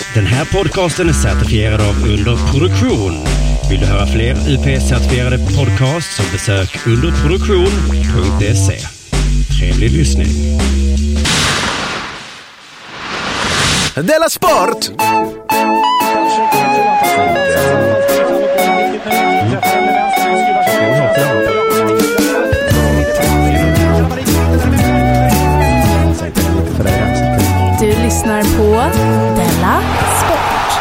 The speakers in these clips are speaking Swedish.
Den här podcasten är certifierad av Underproduktion. Vill du höra fler UP-certifierade podcasts så besök underproduktion.se. Trevlig lyssning. Della Sport! Du lyssnar på Della Sport.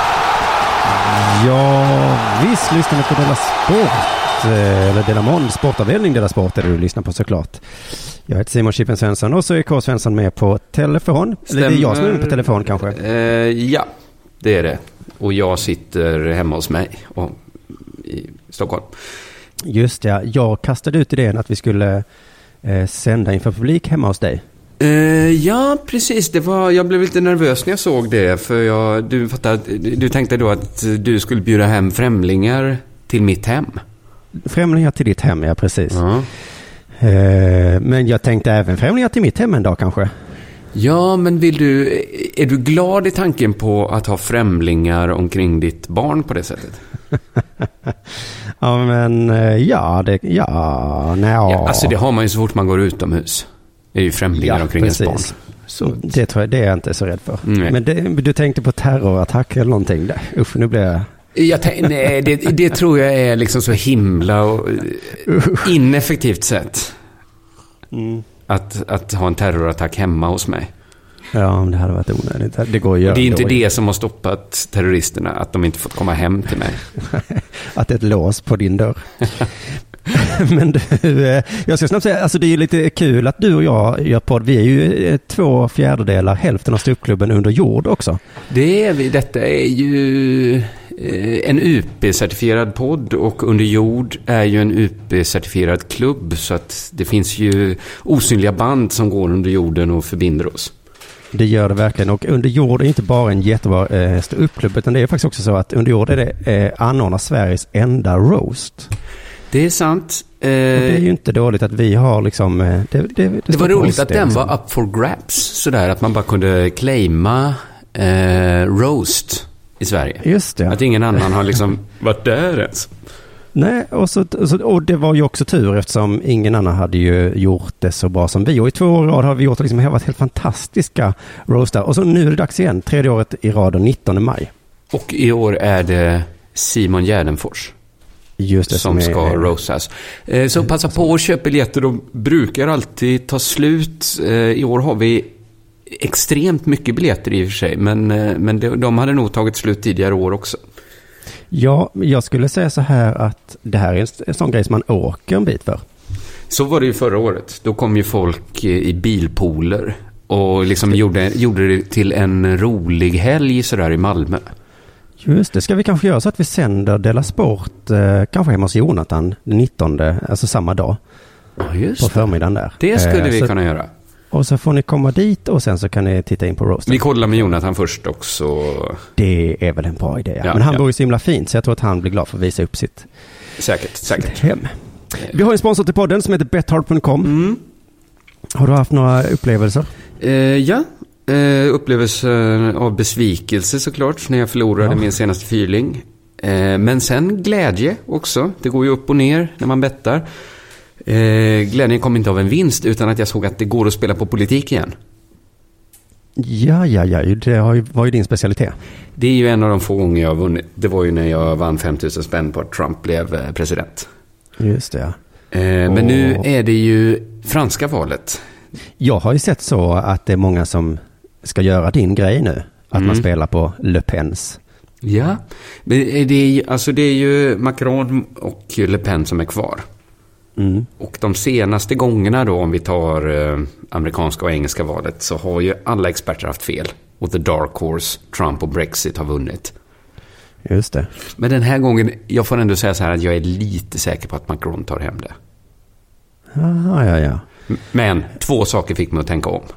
Ja, visst lyssnar ni på Della Sport. Eller Della Mond, sportavdelning Della Sport är det du lyssnar på såklart. Jag heter Simon Chippen Svensson och så är K. Svensson med på telefon. Stämmer. Eller det är jag som är med på telefon kanske. Ja, det är det. Och jag sitter hemma hos mig i Stockholm. Just det, jag kastade ut idén att vi skulle sända inför publik hemma hos dig. Ja, precis. Jag blev lite nervös när jag såg det. För du tänkte då att du skulle bjuda hem främlingar till mitt hem. Främlingar till ditt hem, ja precis. Ja. Men jag tänkte även främlingar till mitt hem en dag kanske. Ja, men är du glad i tanken på att ha främlingar omkring ditt barn på det sättet? Ja, men alltså det har man ju så fort man går utomhus. Det är ju främlingar omkring ens barn. Så det tror jag, det är jag inte så rädd för. Nej. Men du tänkte på terrorattack eller någonting där. Usch, nu blir jag... Nej, det tror jag är liksom så himla och ineffektivt sätt. Att ha en terrorattack hemma hos mig. Ja, det hade varit onödigt. Det går att göra. Det är inte det som har stoppat terroristerna, att de inte fått komma hem till mig. Att det är ett lås på din dörr. Men du, jag ska snabbt säga, alltså det är ju lite kul att du och jag gör podd. Vi är ju 2/4, hälften av ståuppklubben Under jord också. Det är vi. Detta är ju en UP-certifierad podd och Under jord är ju en UP-certifierad klubb, så att det finns ju osynliga band som går under jorden och förbinder oss. Det gör det verkligen, och Under jord är inte bara en jättebra ståuppklubb, utan det är faktiskt också så att Under jord är det anordnar Sveriges enda roast. Det är sant. Det är ju inte dåligt att vi har liksom... Det var roligt att den var up for grabs. Sådär att man bara kunde claima roast i Sverige. Just det. Att ingen annan har liksom varit där ens. Nej, och det var ju också tur eftersom ingen annan hade ju gjort det så bra som vi. Och i 2 år i rad har vi gjort det liksom helt fantastiska roastar. Och så nu är det dags igen, 3:e året i rad, 19 maj. Och i år är det Simon Gärdenfors. Just det, som ska roastas. Så passa på att köpa biljetter. De brukar alltid ta slut. I år har vi extremt mycket biljetter i och för sig. Men de hade nog tagit slut tidigare år också. Ja, jag skulle säga så här att det här är en sån grej som man åker en bit för. Så var det ju förra året. Då kom ju folk i bilpooler och liksom gjorde det till en rolig helg sådär i Malmö. Just det, ska vi kanske göra så att vi sänder Della Sport kanske hemma hos Jonathan den 19, alltså samma dag. Ja, just på förmiddagen där. Det skulle vi kunna göra. Och så får ni komma dit och sen så kan ni titta in på roasten. Vi kollar med Jonathan först också. Det är väl en bra idé. Ja. Men han bor ju så himla fint, så jag tror att han blir glad för att visa upp sitt hem. Vi har en sponsor till podden som heter betthard.com. Har du haft några upplevelser? Ja. Upplevelser av besvikelse såklart när jag förlorade min senaste fyrling. Men sen glädje också. Det går ju upp och ner när man bettar. Glädjen kom inte av en vinst utan att jag såg att det går att spela på politik igen. Ja. Det var ju din specialitet. Det är ju en av de få gånger jag har vunnit. Det var ju när jag vann 5 000 spänn på att Trump blev president. Just det. Men nu är det ju franska valet. Jag har ju sett så att det är många som ska göra din grej nu. Att man spelar på Le Pens. Ja, men det är ju Macron och Le Pen som är kvar. Och de senaste gångerna då, om vi tar amerikanska och engelska valet, så har ju alla experter haft fel. Och the dark horse, Trump och Brexit har vunnit. Just det. Men den här gången, jag får ändå säga så här att jag är lite säker på att Macron tar hem det. Ja. Men 2 saker fick mig att tänka om.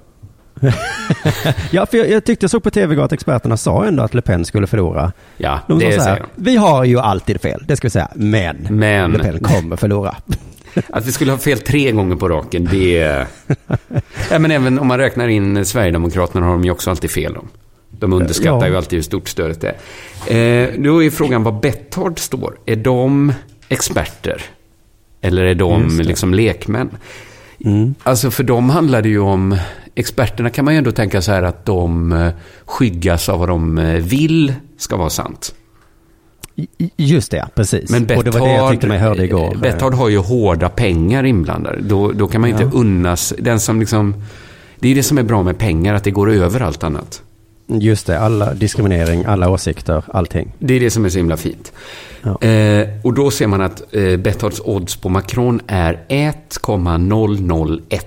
Ja, för jag tyckte jag såg på tv att experterna sa ändå att Le Pen skulle förlora. Ja, de det sa så här, vi har ju alltid fel, det ska vi säga. Men Le Pen kommer förlora. Att vi skulle ha fel 3 gånger på raken, det är... Ja, men även om man räknar in Sverigedemokraterna har de ju också alltid fel om. De underskattar ju alltid hur stort stödet är. Då är frågan vad Betthard står. Är de experter? Eller är de liksom lekmän? Alltså för dem handlar det ju om... Experterna kan man ju ändå tänka så här att de skyggas av vad de vill ska vara sant. Just det, precis. Men Betthard, och det var det jag tyckte mig hörde igår. Betthard har ju hårda pengar inblandade. Då kan man inte unnas... Den som liksom, det är det som är bra med pengar, att det går över allt annat. Just det, alla diskriminering, alla åsikter, allting. Det är det som är så himla fint. Ja. Och då ser man att Betthards odds på Macron är 1,001.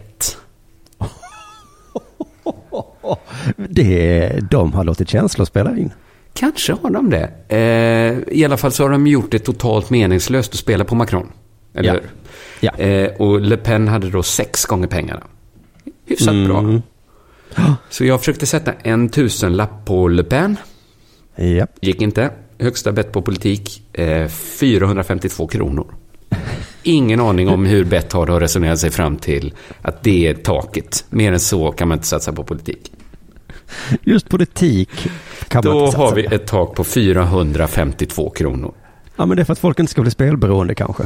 De har låtit känslor spela in. Kanske har de det. I alla fall så har de gjort det totalt meningslöst att spela på Macron. Eller hur? Ja. Och Le Pen hade då 6 gånger pengarna. Hyfsat bra. Så jag försökte sätta 1,000-lapp på Le Pen. Ja. Gick inte. Högsta bett på politik 452 kronor. Ingen aning om hur Betthard har resonerat sig fram till att det är taket. Mer än så kan man inte satsa på politik. Just politik kan man inte satsa. Då har vi ett tak på 452 kronor. Ja, men det är för att folk inte ska bli spelberoende kanske.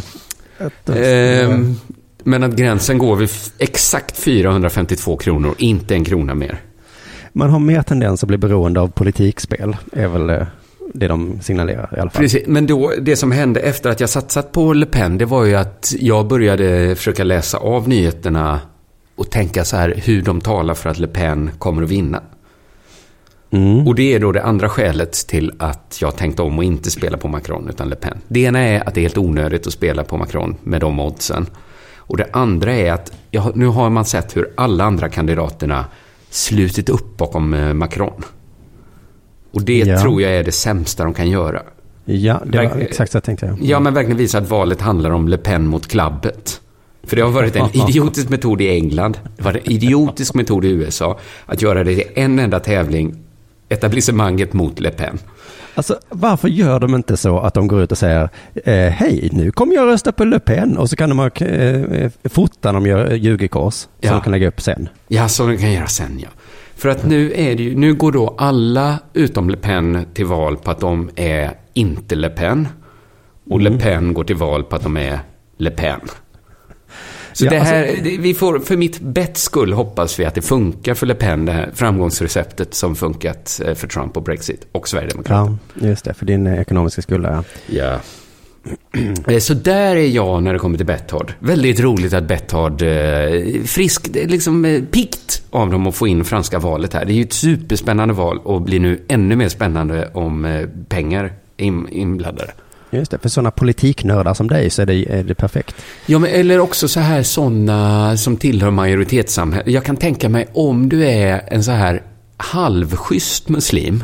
Men att gränsen går vid exakt 452 kronor, inte en krona mer. Man har mer tendens att bli beroende av politikspel, är väl det de signalerar i alla fall. Precis, men då, det som hände efter att jag satsat på Le Pen, det var ju att jag började försöka läsa av nyheterna och tänka så här hur de talar för att Le Pen kommer att vinna. Och det är då det andra skälet till att jag tänkte om att inte spela på Macron utan Le Pen. Det ena är att det är helt onödigt att spela på Macron med de oddsen. Och det andra är att nu har man sett hur alla andra kandidaterna slutit upp bakom Macron. Och det tror jag är det sämsta de kan göra. Ja, det var exakt så jag tänkte. Ja, men verkligen visa att valet handlar om Le Pen mot klabbet. För det har varit en idiotisk metod i England. Det var en idiotisk metod i USA att göra det till en enda tävling. Etablissemanget mot Le Pen. Alltså, varför gör de inte så att de går ut och säger hej, nu kommer jag rösta på Le Pen, och så kan de fota när de gör ljugekors så de kan lägga upp sen. Ja, så de kan göra sen, ja. För att nu går då alla utom Le Pen till val på att de är inte Le Pen. Och Le Pen går till val på att de är Le Pen. Så det här, vi får, för mitt bett skull hoppas vi att det funkar för Le Pen, det här framgångsreceptet som funkat för Trump och Brexit och Sverigedemokraterna. Ja, just det, för din ekonomiska skulder. Ja. Så där är jag när det kommer till Betthard. Väldigt roligt att Betthard frisk, liksom pikt av dem att få in franska valet här. Det är ju ett superspännande val och blir nu ännu mer spännande om pengar inblandade. Just det, för sådana politiknördar som dig så är det perfekt. Ja, men eller också så här sådana som tillhör majoritetssamhället. Jag kan tänka mig om du är en så här halvschysst muslim.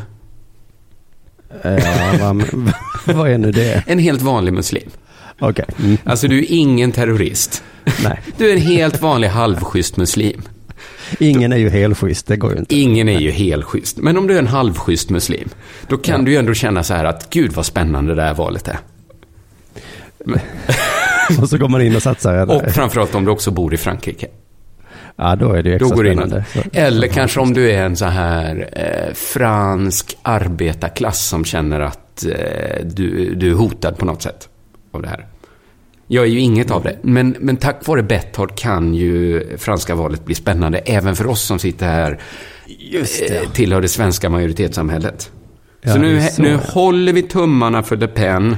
Ja, vad är nu det? En helt vanlig muslim. Okej. Alltså du är ingen terrorist. Nej. Du är en helt vanlig halvschysst muslim. Ingen är ju helschysst, det går ju inte. Ingen är ju helschysst. Men om du är en halvschysst muslim, då kan du ju ändå känna så här att gud vad spännande det här valet är. Och så går man in och satsar. Och framförallt om du också bor i Frankrike. Ja, då är det ju extra spännande. Eller kanske om du är en så här fransk arbetarklass som känner att du är hotad på något sätt av det här. Jag är ju inget av det. Men tack vare Betthard kan ju franska valet bli spännande även för oss som sitter här tillhör det svenska majoritetssamhället. Ja, så nu håller vi tummarna för Le Pen.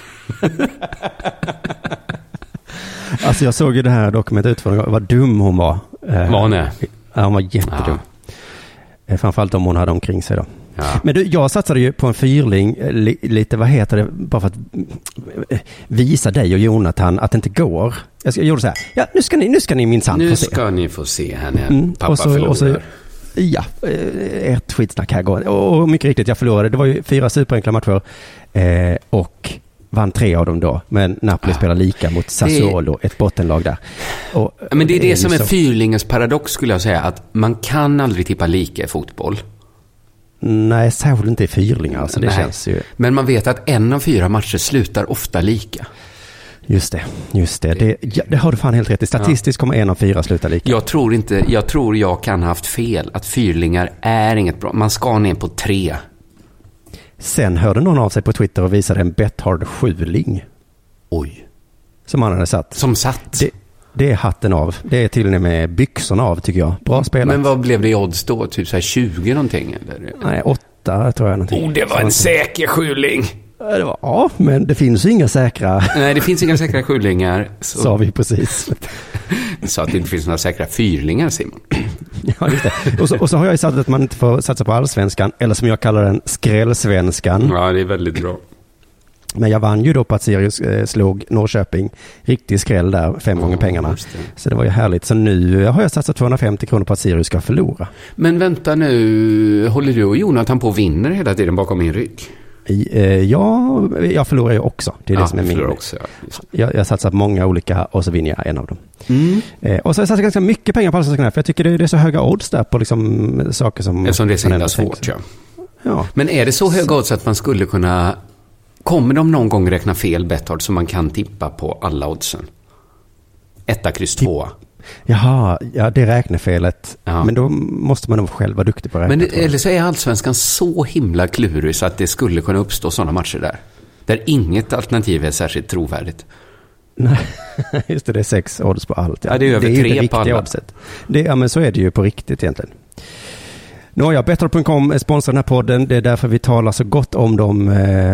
Alltså jag såg ju det här dokumentet utförande. Vad dum hon var. Var hon är? Ja, hon var jättedum. Ja. Framförallt om hon hade omkring sig då. Ja. Men du, jag satsade ju på en fyrling lite, vad heter det, bara för att visa dig och Jonathan att det inte går. Jag gjorde så här, ja, nu ska ni minsann få se. Nu ska ni få se här när pappa förlorar. Och så, ja, ett skitsnack här går. Och mycket riktigt, jag förlorade. Det var ju 4 superenkla matcher och vann 3 av dem då. Men Napoli spelar lika mot Sassuolo, ett bottenlag där. Och, men det är det som är fyrlingens paradox skulle jag säga, att man kan aldrig tippa lika i fotboll. Nej, särskilt inte i fyrlingar. Alltså det känns ju... Men man vet att 1 av 4 matcher slutar ofta lika. Just det. Det har du fan helt rätt i. Statistiskt kommer 1 av 4 sluta lika. Jag tror jag kan ha haft fel. Att fyrlingar är inget bra. Man ska ner på 3. Sen hörde någon av sig på Twitter och visade en Betthard 7-ling. Oj. Som han hade satt. Som satt? Det är hatten av. Det är till och med byxorna av, tycker jag. Bra spelat. Men vad blev det i odds då? Typ så här 20 någonting? Eller? Nej, 8 tror jag någonting. Det var en säker 7-ling. Ja, men det finns ju inga säkra... Nej, det finns inga säkra 7-lingar. Sa vi precis. Så att det inte finns några säkra 4-lingar, Simon. Ja, just det. Och så har jag ju sagt att man inte får satsa på allsvenskan, eller som jag kallar den, skrällsvenskan. Ja, det är väldigt bra. Men jag vann ju då på att Sirius slog Norrköping. Riktig skräll där, 5 gånger pengarna. Så det var ju härligt. Så nu har jag satsat 250 kronor på att Sirius ska förlora. Men vänta nu, håller du och Jonathan på och vinner hela tiden bakom min rygg? Ja, jag förlorar ju också. Det är det som är min. Också, jag satsar på många olika och så vinner jag en av dem. Och så har jag satsat ganska mycket pengar på allsvenskan, för jag tycker det är så höga odds där på liksom saker som... Eftersom det är så himla svårt, ja. Men är det så höga odds att man skulle kunna... Kommer de någon gång räkna fel Betthard så man kan tippa på alla oddsen? 1, kryss 2. Jaha, ja, det räknefelet. Ja. Men då måste man nog själv vara duktig på att räkna. Men eller så är allsvenskan så himla klurig så att det skulle kunna uppstå sådana matcher där inget alternativ är särskilt trovärdigt. Nej, just det är 6 odds på allt. Ja, det är över 3 på alla. Oddset. Ja, men så är det ju på riktigt egentligen. Nåja, Betthard.com sponsrar den här podden. Det är därför vi talar så gott om dem.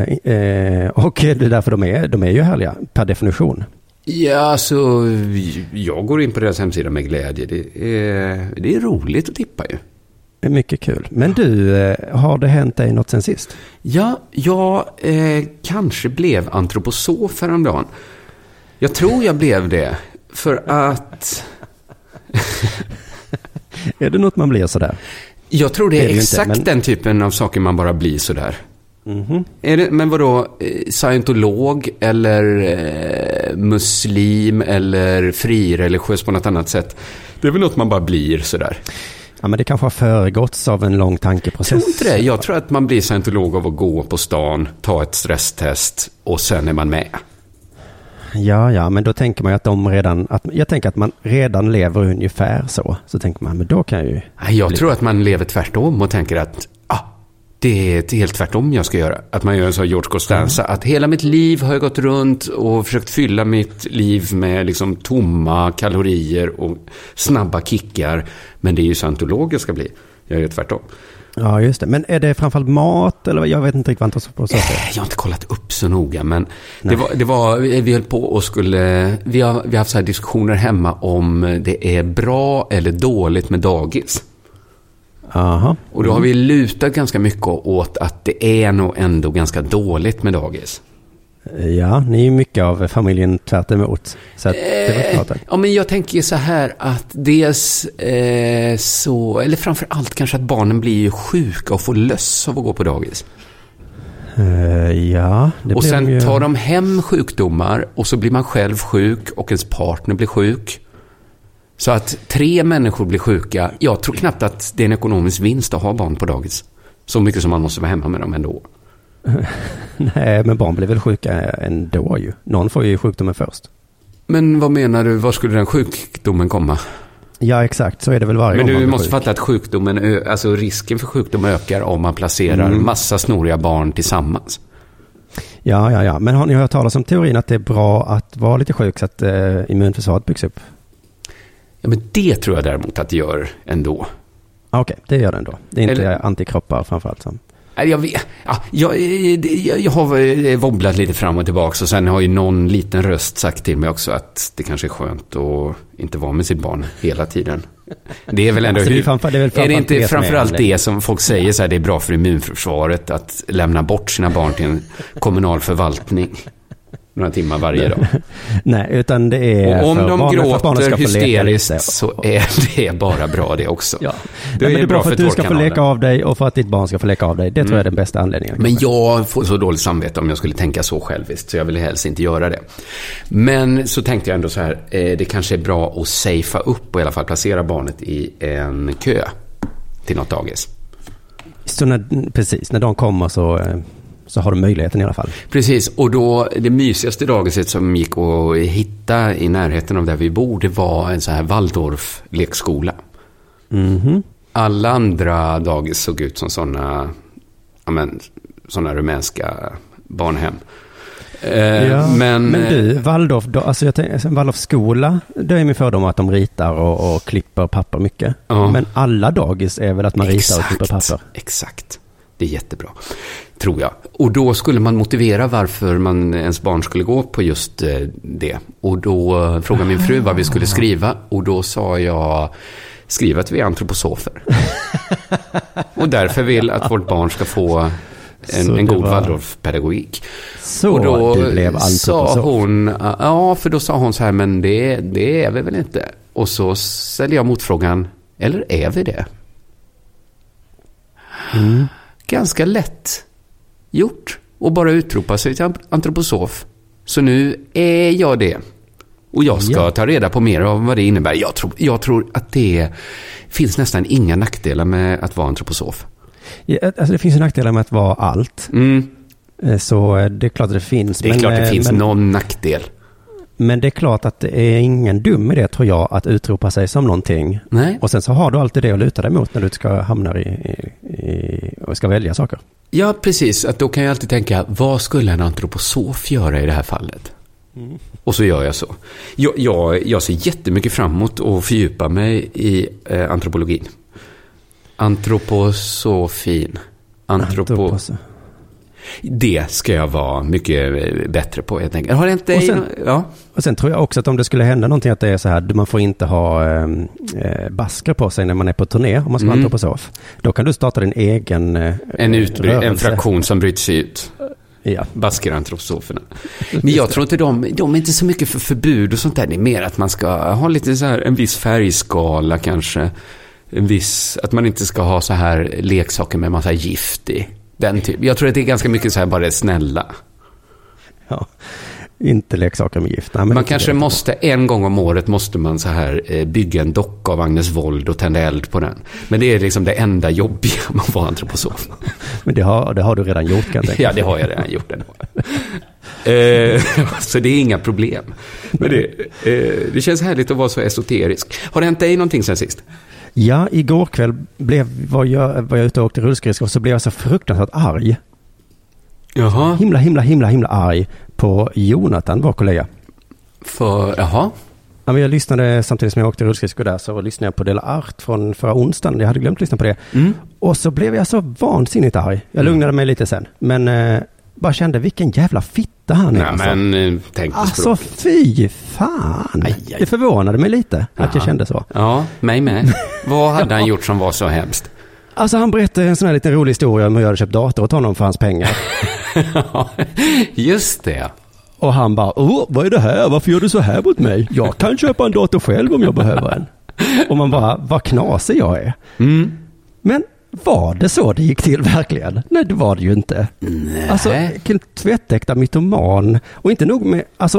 Och det är därför de är ju härliga per definition. Ja, alltså jag går in på deras hemsida med glädje. Det är roligt att tippa ju. Det är mycket kul. Men du, har det hänt dig något sen sist? Ja, jag kanske blev antroposof häromdagen. Jag tror jag blev det. För att... Är det något man blir sådär? Jag tror det är exakt inte, men... den typen av saker man bara blir sådär. Mm-hmm. Men vadå, scientolog eller muslim eller frireligiös på något annat sätt? Det är väl något man bara blir sådär. Ja, men det kanske har föregåtts av en lång tankeprocess. Jag tror inte det. Jag tror att man blir scientolog av att gå på stan, ta ett stresstest och sen är man med. Ja, men då tänker man ju jag tänker att man redan lever ungefär så. Så tänker man, men då kan ju... Jag tror att man lever tvärtom och tänker att det är helt tvärtom jag ska göra. Att man gör en sån George Costanza. Att hela mitt liv har jag gått runt och försökt fylla mitt liv med liksom tomma kalorier och snabba kickar. Men det är ju scientolog jag ska bli. Jag gör tvärtom. Ja, just det. Men är det framförallt mat? Eller jag vet inte riktigt vad han tar på så. Jag har inte kollat upp så noga. Men det var vi höll på och skulle... Vi har haft så här diskussioner hemma om det är bra eller dåligt med dagis. Aha. Och då har vi lutat ganska mycket åt att det är nog ändå ganska dåligt med dagis. Ja, ni är mycket av familjen tvärt emot. Så att det var klart. Ja, men jag tänker så här att dels så, eller framför allt kanske att barnen blir sjuka och får löss av att gå på dagis. Ja. Och sen tar de hem sjukdomar och så blir man själv sjuk och ens partner blir sjuk. Så att 3 människor blir sjuka. Jag tror knappt att det är en ekonomisk vinst att ha barn på dagis. Så mycket som man måste vara hemma med dem ändå. Nej, men barn blir väl sjuka ändå ju. Någon får ju sjukdomen först. Men vad menar du? Var skulle den sjukdomen komma? Ja, exakt. Så är det väl varje gång. Men du måste fatta att sjukdomen, alltså risken för sjukdom ökar om man placerar massa snoriga barn tillsammans. Ja. Men har ni hört talas om teorin att det är bra att vara lite sjuk så att immunförsvaret byggs upp? Ja, men det tror jag däremot att det gör ändå. Okej, det gör det ändå. Det är inte antikroppar framförallt som... Jag har wobblat lite fram och tillbaka och sen har ju någon liten röst sagt till mig också att det kanske är skönt att inte vara med sitt barn hela tiden. Det är väl ändå alltså, är det inte framförallt det som folk säger så här, det är bra för immunförsvaret att lämna bort sina barn till en kommunal förvaltning några timmar varje dag. Nej, utan det är... Och om de gråter hysteriskt så är det bara bra det också. Ja. Det är bra för att du ska få leka av dig och för att ditt barn ska få leka av dig. Det tror jag är den bästa anledningen. Men jag får så dåligt samvete om jag skulle tänka så själviskt, så jag vill helst inte göra det. Men så tänkte jag ändå så här, det kanske är bra att safea upp och i alla fall placera barnet i en kö till något dagis. Så när de kommer så så har du möjligheten i alla fall. Precis, och då det mysigaste dagiset som gick att hitta i närheten av där vi bor, det var en så här Waldorf-lekskola. Mhm. Alla andra dagis såg ut som sådana rumänska barnhem. Men du, Waldorf, alltså Waldorfskola, det är min fördom att de ritar och klipper papper mycket. Ja. Men alla dagis är väl att man ritar och klipper papper? Exakt. Det är jättebra, tror jag. Och då skulle man motivera varför ens barn skulle gå på just det. Och då frågade min fru vad vi skulle skriva. Och då sa jag, skriv att vi är antroposofer. Och därför vill att vårt barn ska få en god Waldorf-pedagogik. Så och då du blev sa hon, för då sa hon så här, men det är vi väl inte. Och så ställde jag motfrågan, eller är vi det? Mm. Ganska lätt gjort och bara utropa sig till antroposof. Så nu är jag det. Och jag ska ta reda på mer av vad det innebär. Jag tror att det finns nästan inga nackdelar med att vara antroposof. Ja, alltså det finns ju nackdelar med att vara allt. Mm. Så det är klart att det finns. Det är klart det finns någon nackdel. Men det är klart att det är ingen dum idé, tror jag, att utropa sig som någonting. Nej. Och sen så har du alltid det att luta dig mot när du ska hamna och ska välja saker. Ja, precis. Att då kan jag alltid tänka, vad skulle en antroposof göra i det här fallet? Mm. Och så gör jag så. Jag ser jättemycket framåt och fördjupa mig i antropologin. Antroposofin. Det ska jag vara mycket bättre på, jag tänker. Har det inte och sen tror jag också att om det skulle hända någonting, att det är så här, man får inte ha basker på sig när man är på turné om man ska vara antroposof. Då kan du starta din egen en fraktion som bryts ut. Ja. Baskerantroposoferna. Men jag tror inte de är inte så mycket för förbud och sånt där. Det är mer att man ska ha lite så här en viss färgskala kanske. Att man inte ska ha så här leksaker med massa gift i. Den typ. Jag tror att det är ganska mycket så här bara snälla. Ja, inte leksaker med gift. Nej, man kanske måste, en gång om året måste man så här bygga en docka av Agnes Wold och tända eld på den. Men det är liksom det enda jobbiga med att vara antroposof. Men det har du redan gjort, kan jag tänka. Ja, det har jag redan gjort. Så det är inga problem. Men det känns härligt att vara så esoterisk. Har det hänt dig någonting sen sist? Ja, igår kväll var jag ute och åkte rullskridskor, och så blev jag så fruktansvärt arg. Jaha. Himla arg på Jonathan, vår kollega. Jaha? Ja, men jag lyssnade samtidigt som jag åkte rullskridskor där, så lyssnade jag på Dela Art från förra onsdagen. Jag hade glömt lyssna på det. Mm. Och så blev jag så vansinnigt arg. Jag lugnade mig lite sen. Men bara kände vilken jävla fitta han är. Ja, alltså. Men tänk på språket. Alltså fy fan. Aj. Det förvånade mig lite att jag kände så. Ja, mig med. Vad hade han gjort som var så hemskt? Alltså han berättade en sån här liten rolig historia om hur jag hade köpt dator åt honom för hans pengar. Just det. Och han bara, vad är det här? Varför gör du så här mot mig? Jag kan köpa en dator själv om jag behöver en. Och man bara, vad knasig jag är. Mm. Men var det så det gick till verkligen? Nej, det var det ju inte. Nej. Alltså, vilken tvättäkta mytoman. Och inte nog med, alltså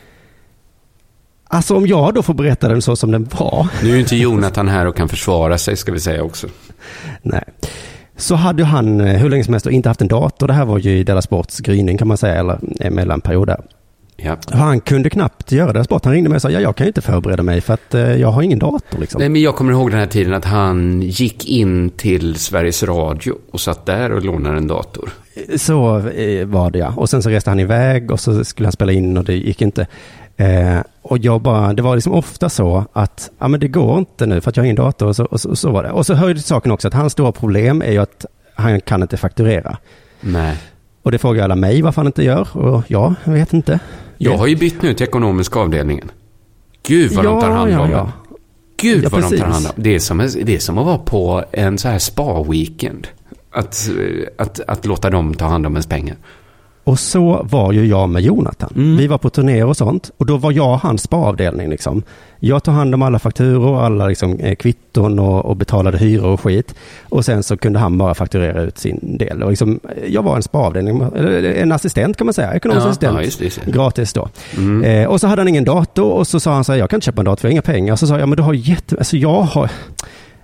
om jag då får berätta den så som den var. Nu är ju inte Jonathan här och kan försvara sig, ska vi säga också. Nej. Så hade han hur länge som helst inte haft en dator. Det här var ju i Della Sports gryning, kan man säga, eller mellanperiod där. Ja. Han kunde knappt göra Della Sport. Han ringde mig och sa, jag kan ju inte förbereda mig för att jag har ingen dator. Liksom. Nej, men jag kommer ihåg den här tiden att han gick in till Sveriges Radio och satt där och lånade en dator. Så var det, ja. Och sen så reste han iväg och så skulle han spela in och det gick inte. Och det var liksom ofta så att men det går inte nu för att jag har ingen dator, och så var det. Och så hörde saken också att hans stora problem är ju att han kan inte fakturera. Nej. Och det frågar alla mig varför han inte gör, och jag vet inte. Jag har ju bytt nu till ekonomiska avdelningen. Gud vad de tar hand om. Ja. Gud vad de tar hand om. Det är som att vara på en så här spa-weekend. Att låta dem ta hand om ens pengar. Och så var ju jag med Jonathan. Mm. Vi var på turné och sånt. Och då var jag hans sparavdelning liksom. Jag tog hand om alla fakturor och alla liksom, kvitton och betalade hyror och skit. Och sen så kunde han bara fakturera ut sin del. Och liksom, jag var en sparavdelning, en assistent kan man säga. Ekonomisk assistent. Just. Gratis då. Mm. Och så hade han ingen dator och så sa han så här, jag kan inte köpa en dator för jag har inga pengar. Så sa jag, men du har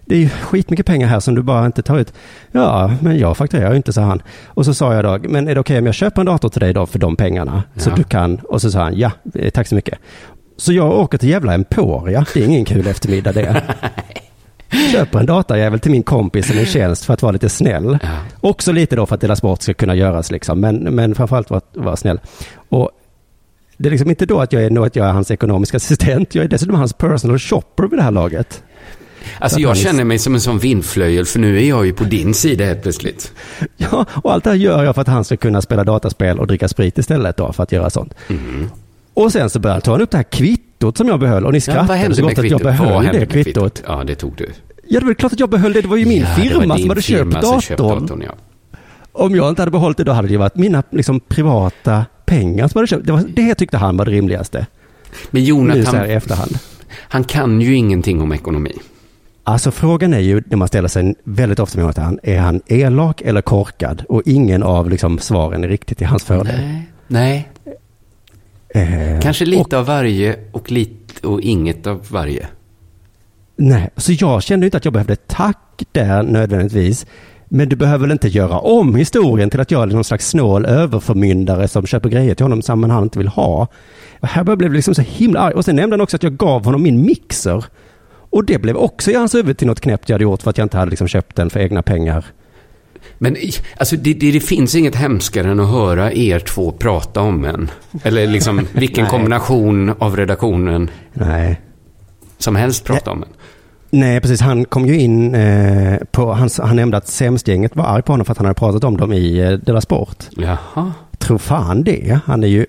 det är ju skitmycket pengar här som du bara inte tar ut. Ja, men jag fakturerar ju inte, sa han. Och så sa jag då, men är det okej om jag köper en dator till dig då för de pengarna? Så du kan, och så sa han, ja, tack så mycket. Så jag åker till jävla Emporia, det är ingen kul eftermiddag det. Köper en datajävel till min kompis som en tjänst för att vara lite snäll. Ja. Också lite då för att Della Sport ska kunna göras liksom, men framförallt vara snäll. Och det är liksom inte då att jag är hans ekonomiska assistent, jag är dessutom hans personal shopper vid det här laget. Alltså jag känner mig som en sån vindflöjel, för nu är jag ju på din sida helt plötsligt. Ja, och allt det här gör jag för att han ska kunna spela dataspel och dricka sprit istället då, för att göra sånt. Mm. Och sen så började han ta upp det här kvittot som jag behöll, och ni skrattade så gott att jag behöll det kvittot. Ja, det tog du. Ja, det var klart att jag behöll det. Det var ju min firma som hade köpt datorn. Ja. Om jag inte hade behållit det, då hade det varit mina liksom, privata pengar som hade köpt. Det tyckte han var det rimligaste. Men Jonathan, i efterhand. Han kan ju ingenting om ekonomi. Alltså frågan är ju, när man ställer sig väldigt ofta med Jonathan, är han elak eller korkad? Och ingen av liksom, svaren är riktigt i hans fördel. Nej. Kanske lite av varje och inget av varje. Nej, så jag kände inte att jag behövde tack där nödvändigtvis. Men du behöver väl inte göra om historien till att jag är någon slags snål överförmyndare som köper grejer till honom som han inte vill ha. Och här blev det liksom så himla arg. Och sen nämnde han också att jag gav honom min mixer. Och det blev också i hans huvud till något knäppt jag hade gjort för att jag inte hade liksom köpt den för egna pengar. Men alltså, det finns inget hemskare än att höra er två prata om en. Eller liksom vilken kombination av redaktionen som helst prata om en. Nej, precis. Han kom ju in på... Han nämnde att Sämstgänget var arg på honom för att han hade pratat om dem i Della Sport. Jaha. Tror fan det. Han är ju...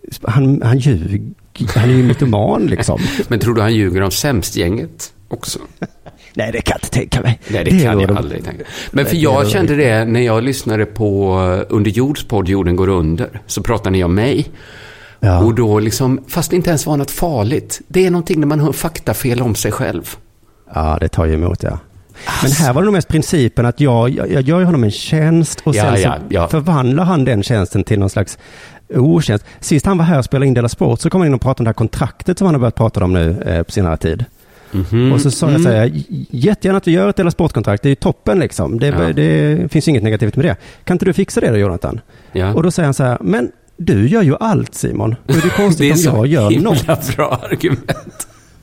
Han ljuger. Han är ju mytoman liksom. Men tror du han ljuger om Sämstgänget också? Nej, det kan jag inte tänka mig. Nej, det kan jag aldrig tänka. Men för jag kände det när jag lyssnade på Under Jords podd Jorden går under. Så pratade ni om mig. Ja. Och då liksom, fast det inte ens var något farligt. Det är någonting när man hör faktafel om sig själv. Ja, det tar ju emot, ja. Men här var det nog mest principen att jag gör honom en tjänst och sen så förvandlar han den tjänsten till någon slags otjänst. Sist han var här och spelade in Della Sport så kom han in och pratade om det här kontraktet som han har börjat prata om nu på senare tid. Mm-hmm. Och så sa jag så här, jättegärna att vi gör ett Della Sport-kontrakt, det är ju toppen liksom. Det finns inget negativt med det. Kan inte du fixa det då, Jonathan? Ja. Och då säger han så här, men du gör ju allt, Simon. Det är konstigt om jag gör något. Det är så bra argument.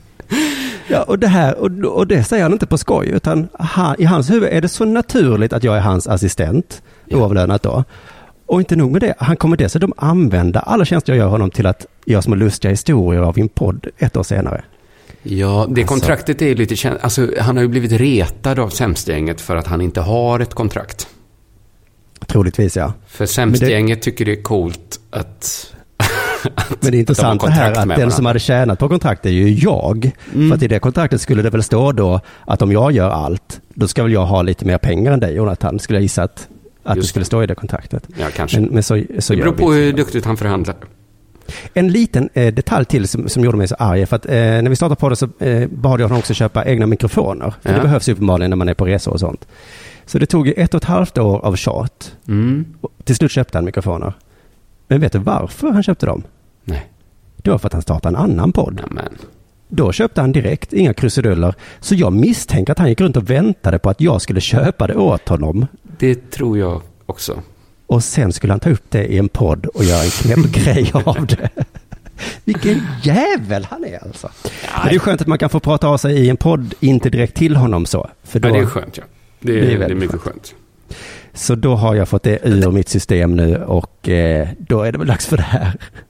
Ja, och det här, och det säger han inte på skoj, utan i hans huvud är det så naturligt att jag är hans assistent, oavlönat då. Och inte nog med det, han kommer dessutom använda alla tjänster jag gör honom till att göra små lustiga historier av min podd 1 år senare. Ja, det kontraktet är lite alltså han har ju blivit retad av Sämstgänget för att han inte har ett kontrakt. Troligtvis, ja. För Sämstgänget tycker det är coolt att men det är intressant det här att den som hade tjänat på kontraktet är ju jag. För att i det kontraktet skulle det väl stå då att om jag gör allt, då ska väl jag ha lite mer pengar än dig, Jonathan. Skulle jag gissa att det skulle stå i det kontraktet. Ja, kanske. Men så det beror på hur duktigt han förhandlar. En liten detalj till som gjorde mig så arg, för att när vi startade på det så bad jag honom också köpa egna mikrofoner. För det behövs ju uppenbarligen när man är på resor och sånt. Så det tog 1,5 år av tjat. Till slut köpte han mikrofoner. Men vet du varför han köpte dem? Nej. Det var för att han startade en annan podd. Amen. Då köpte han direkt, inga krusiduller. Så jag misstänker att han gick runt och väntade på att jag skulle köpa det åt honom. Det tror jag också. Och sen skulle han ta upp det i en podd och göra en knäpp grej av det. Vilken jävel han är alltså. Men det är skönt att man kan få prata av sig i en podd, inte direkt till honom så. För då, det är skönt, ja. Det är mycket skönt. Så då har jag fått det ur mitt system nu och då är det väl dags för det här.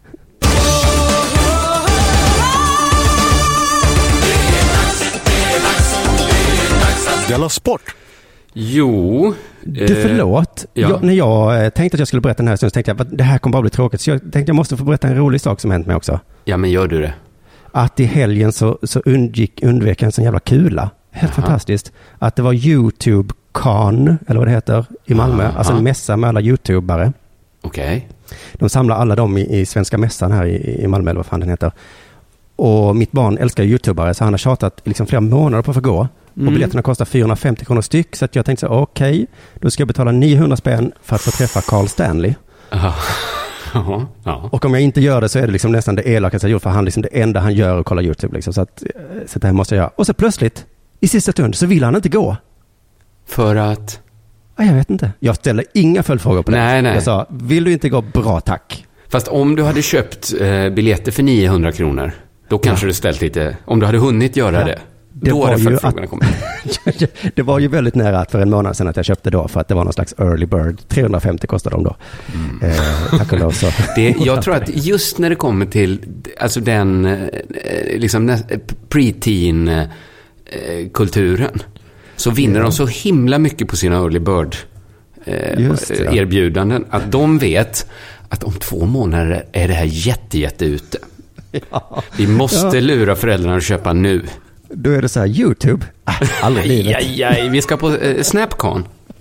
Della Sport. Jo. Du förlåt. Ja. När jag tänkte att jag skulle berätta den här stunden så tänkte jag att det här kommer bara bli tråkigt. Så jag tänkte att jag måste få berätta en rolig sak som hänt mig också. Ja, men gör du det? Att i helgen så undvek en sån jävla kula. Helt fantastiskt. Att det var YouTube-con, eller vad det heter, i Malmö. Alltså en mässa med alla YouTubare. Okej. De samlar alla dem i Svenska mässan här i Malmö, eller vad fan den heter. Och mitt barn älskar YouTubare, så han har tjatat liksom flera månader på att få gå. Och biljetterna kostar 450 kronor styck. Så att jag tänkte så okej, då ska jag betala 900 spänn för att få träffa Carl Stanley. Ja. Och om jag inte gör det så är det liksom nästan det elakaste jag gjort, för han liksom det enda han gör är att kolla YouTube liksom. Så det här måste jag göra. Och så plötsligt i sista stund så vill han inte gå. För att? Ja, jag vet inte. Jag ställer inga följdfrågor på det. Nej. Jag sa, vill du inte gå? Bra, tack. Fast om du hade köpt biljetter för 900 kronor, då kanske du ställt lite, om du hade hunnit göra det. Då är det följdfrågorna kommit. Det var ju väldigt nära att för en månad sedan att jag köpte då, för att det var någon slags early bird. 350 kostade de då. Tack och lov så. Jag tror att just när det kommer till alltså den liksom pre-teen kulturen, så vinner de så himla mycket på sina early bird erbjudanden att de vet att om 2 månader är det här jätte ute. Ja. Vi måste lura föräldrarna att köpa nu. Då är det så här, YouTube. Aldrig livet. Aj, vi ska på Snapcon.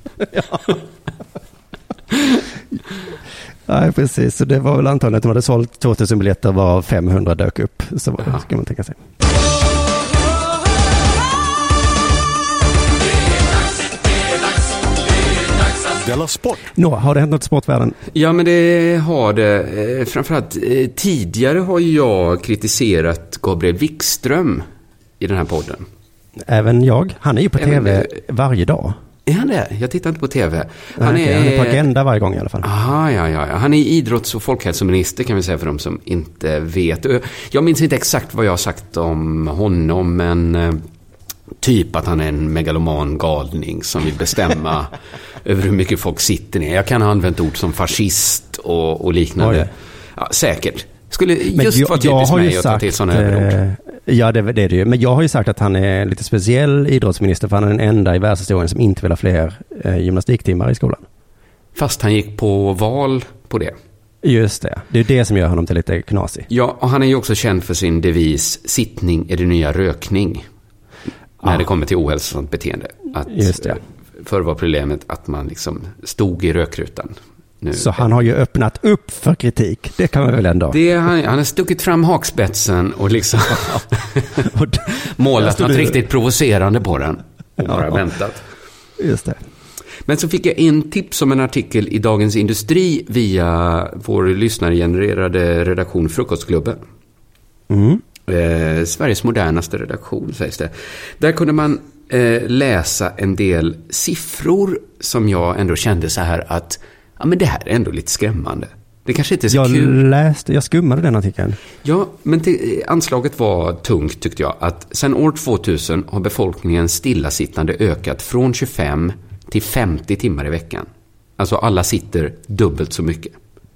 Nej, precis. Så det var väl antagligen att de hade sålt 2000 biljetter, var 500 dök upp. Så ska man tänka sig. Della Sport. Har det hänt något i sportvärlden? Ja, men det har det. Framförallt tidigare har jag kritiserat Gabriel Wikström i den här podden. Även jag. Han är ju på tv varje dag. Är han det? Jag tittar inte på tv. Han är på Agenda varje gång i alla fall. Aha, ja. Han är idrotts- och folkhälsominister, kan vi säga för dem som inte vet. Jag minns inte exakt vad jag har sagt om honom, men typ att han är en megaloman galning som vill bestämma över hur mycket folk sitter ner. Jag kan ha använt ord som fascist och liknande. Ja, säkert. Skulle just vara typiskt mig att ta till sådana överord. Ja, det är det ju. Men jag har ju sagt att han är lite speciell idrottsminister, för han är den enda i världshistorien som inte vill ha fler gymnastiktimmar i skolan. Fast han gick på val på det. Just det. Det är det som gör honom till lite knasig. Ja, och han är ju också känd för sin devis sittning är det nya rökning. När det kommer till ohälsosamt beteende. Att just det. Förr var problemet att man liksom stod i rökrutan. Nu. Så han har ju öppnat upp för kritik. Det kan man väl ändå. Han har stuckit fram hakspetsen och liksom målat något riktigt provocerande på den. Och bara väntat. Just det. Men så fick jag en tips om en artikel i Dagens Industri via vår lyssnargenererade redaktion Frukostklubben. Sveriges modernaste redaktion, sägs det. Där kunde man läsa en del siffror som jag ändå kände så här att men det här är ändå lite skrämmande. Det kanske inte är så kul. Jag skummade den artikeln. Ja, men anslaget var tungt, tyckte jag. Att sen år 2000 har befolkningen stillasittande ökat från 25 till 50 timmar i veckan. Alltså alla sitter dubbelt så mycket.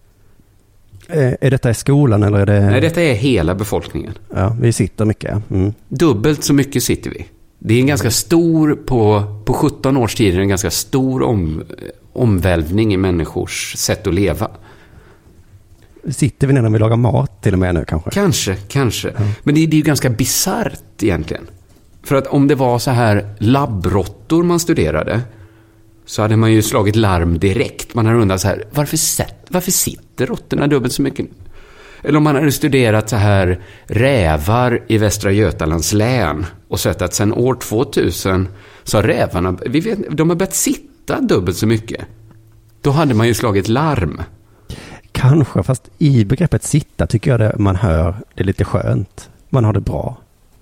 Är detta i skolan eller är det... Nej, detta är hela befolkningen. Ja, vi sitter mycket. Dubbelt så mycket sitter vi. Det är en ganska stor, på 17 års tid, en ganska stor omvälvning i människors sätt att leva. Sitter vi när vi lagar mat till och med nu kanske? Kanske. Ja. Men det är ju ganska bizarrt egentligen. För att om det var så här labbrottor man studerade, så hade man ju slagit larm direkt. Man hade undrat så här, varför sitter råttorna dubbelt så mycket? Eller om man hade studerat så här rävar i Västra Götalands län och sett att sen år 2000 så har rävarna, de har börjat sitta dubbelt så mycket. Då hade man ju slagit larm. Kanske, fast i begreppet sitta tycker jag det man hör det är lite skönt. Man har det bra.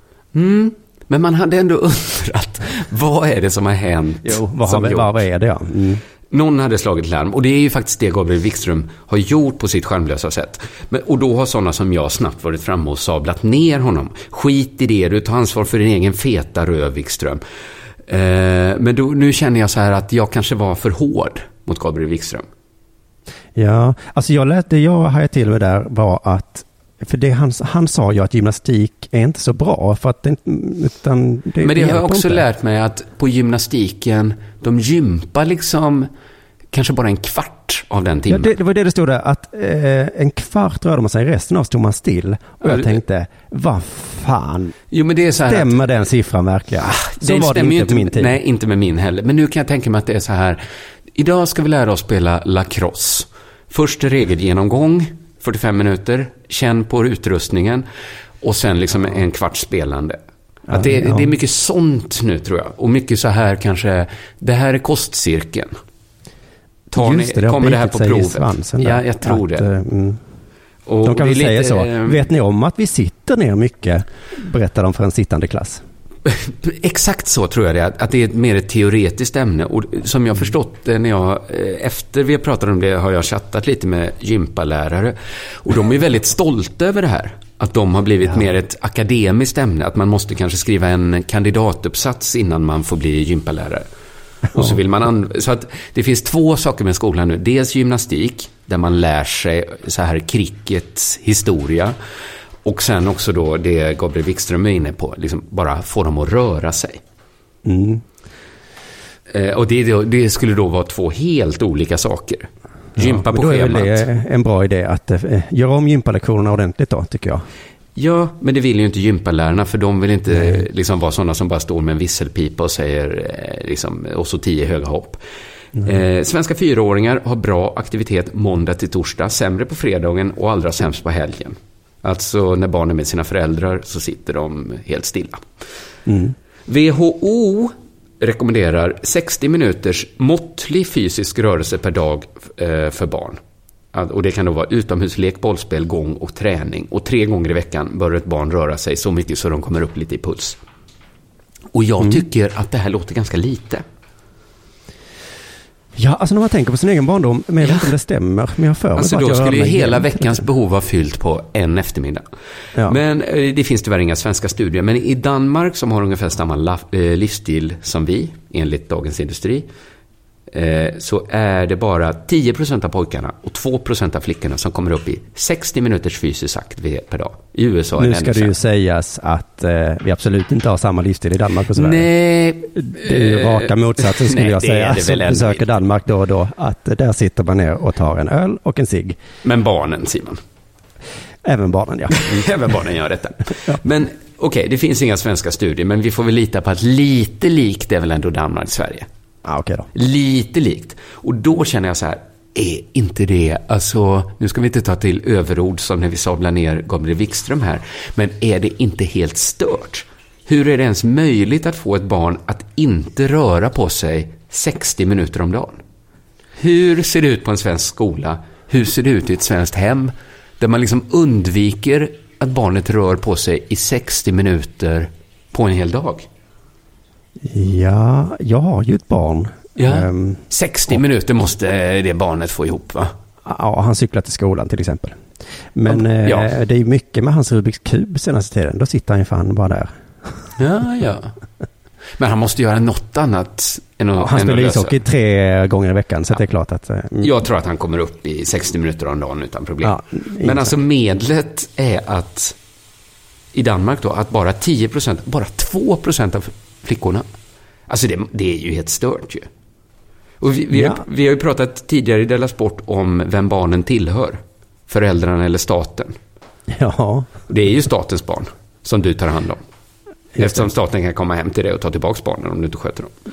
Men man hade ändå undrat, vad är det som har hänt? Jo, vad är det? Ja. Någon hade slagit larm, och det är ju faktiskt det Gabriel Wikström har gjort på sitt skärmlösa sätt. Och då har sådana som jag snabbt varit framme och sablat ner honom. Skit i det, du tar ansvar för din egen feta röv, Wikström. Men nu känner jag så här att jag kanske var för hård mot Gabriel Wikström. Ja, alltså det jag hajade till med där var att, för det han sa ju att gymnastik är inte så bra, för att men det har jag också lärt mig, att på gymnastiken de gympar liksom kanske bara en kvart av den timmen. Ja, det var det stod där, att en kvart rörde man sig, resten av stod man still. Och jag tänkte, vad fan, men det är så här, stämmer den siffran verkligen? Så var det inte på min tid. Nej, inte med min heller. Men nu kan jag tänka mig att det är så här, idag ska vi lära oss spela lacrosse. Först regelgenomgång, 45 minuter, känn på utrustningen och sen liksom en kvart spelande. Att det är mycket sånt nu, tror jag. Och mycket så här kanske, det här är kostcirkeln. Kommer det här på provet? Ja, jag tror det. Och de kan väl säga så. Vet ni om att vi sitter ner mycket, berättar de för en sittande klass? Exakt så tror jag det är, att det är mer ett teoretiskt ämne. Och som jag förstått det, när jag, efter vi har pratat om det, har jag chattat lite med gympalärare. Och de är väldigt stolta över det här. Att de har blivit mer ett akademiskt ämne. Att man måste kanske skriva en kandidatuppsats innan man får bli gympalärare. Och så vill man så att det finns 2 saker med skolan nu. Dels gymnastik, där man lär sig så här crickets historia. Och sen också då det Gabriel Wikström är inne på, liksom bara få dem att röra sig. Och det skulle då vara 2 helt olika saker. Gympa på schemat. Då är det en bra idé att göra om gympalektionerna ordentligt då, tycker jag. Ja, men det vill ju inte gympalärarna, för de vill inte liksom vara sådana som bara står med en visselpipa och säger liksom, och så 10 höga hopp. Svenska 4-åringar har bra aktivitet måndag till torsdag, sämre på fredagen och allra sämst på helgen. Alltså när barnen är med sina föräldrar så sitter de helt stilla. WHO rekommenderar 60 minuters måttlig fysisk rörelse per dag för barn. Och det kan då vara utomhuslek, bollspel, gång och träning. Och 3 gånger i veckan bör ett barn röra sig så mycket så de kommer upp lite i puls. Och jag tycker att det här låter ganska lite. Ja, alltså när man tänker på sin egen barndom, men jag vet inte om det stämmer. Men jag alltså då skulle ju hela veckans behov vara fyllt på en eftermiddag. Ja. Men det finns tyvärr inga svenska studier. Men i Danmark, som har ungefär samma livsstil som vi, enligt Dagens Industri, så är det bara 10% av pojkarna och 2% av flickorna som kommer upp i 60 minuters fysisk aktivitet per dag. I USA nu ska det ju sägas att vi absolut inte har samma livsstil i Danmark och sådär. Nej. Det är ju raka motsatsen skulle jag säga. Som besöker Danmark då och då, att där sitter man ner och tar en öl och en cigg. Men barnen, Simon. Även barnen, ja. Även barnen gör detta. Ja. Men okej, det finns inga svenska studier, men vi får väl lita på att lite likt är väl ändå Danmark och Sverige. Ah, okay då. Lite likt. Och då känner jag så här, är inte det, alltså nu ska vi inte ta till överord som när vi sablar ner Gabriel Wikström här, men är det inte helt stört? Hur är det ens möjligt att få ett barn att inte röra på sig 60 minuter om dagen? Hur ser det ut på en svensk skola? Hur ser det ut i ett svenskt hem? Där man liksom undviker att barnet rör på sig i 60 minuter på en hel dag. Ja, jag har ju ett barn. Ja, 60 minuter måste det barnet få ihop, va? Ja, han cyklar till skolan till exempel. Men det är ju mycket med hans Rubiks kub senaste tiden. Då sitter han ju fan bara där. Ja. Men han måste göra något annat än att han spelar ishockey 3 gånger i veckan, så det är klart att... Jag tror att han kommer upp i 60 minuter om dagen utan problem. Ja, men alltså medlet är att i Danmark då, att bara 10%, bara 2% av flickorna. Alltså det är ju helt stört ju. Och vi har ju pratat tidigare i Della Sport om vem barnen tillhör. Föräldrarna eller staten. Ja. Det är ju statens barn som du tar hand om. Eftersom staten kan komma hem till dig och ta tillbaka barnen om du inte sköter dem.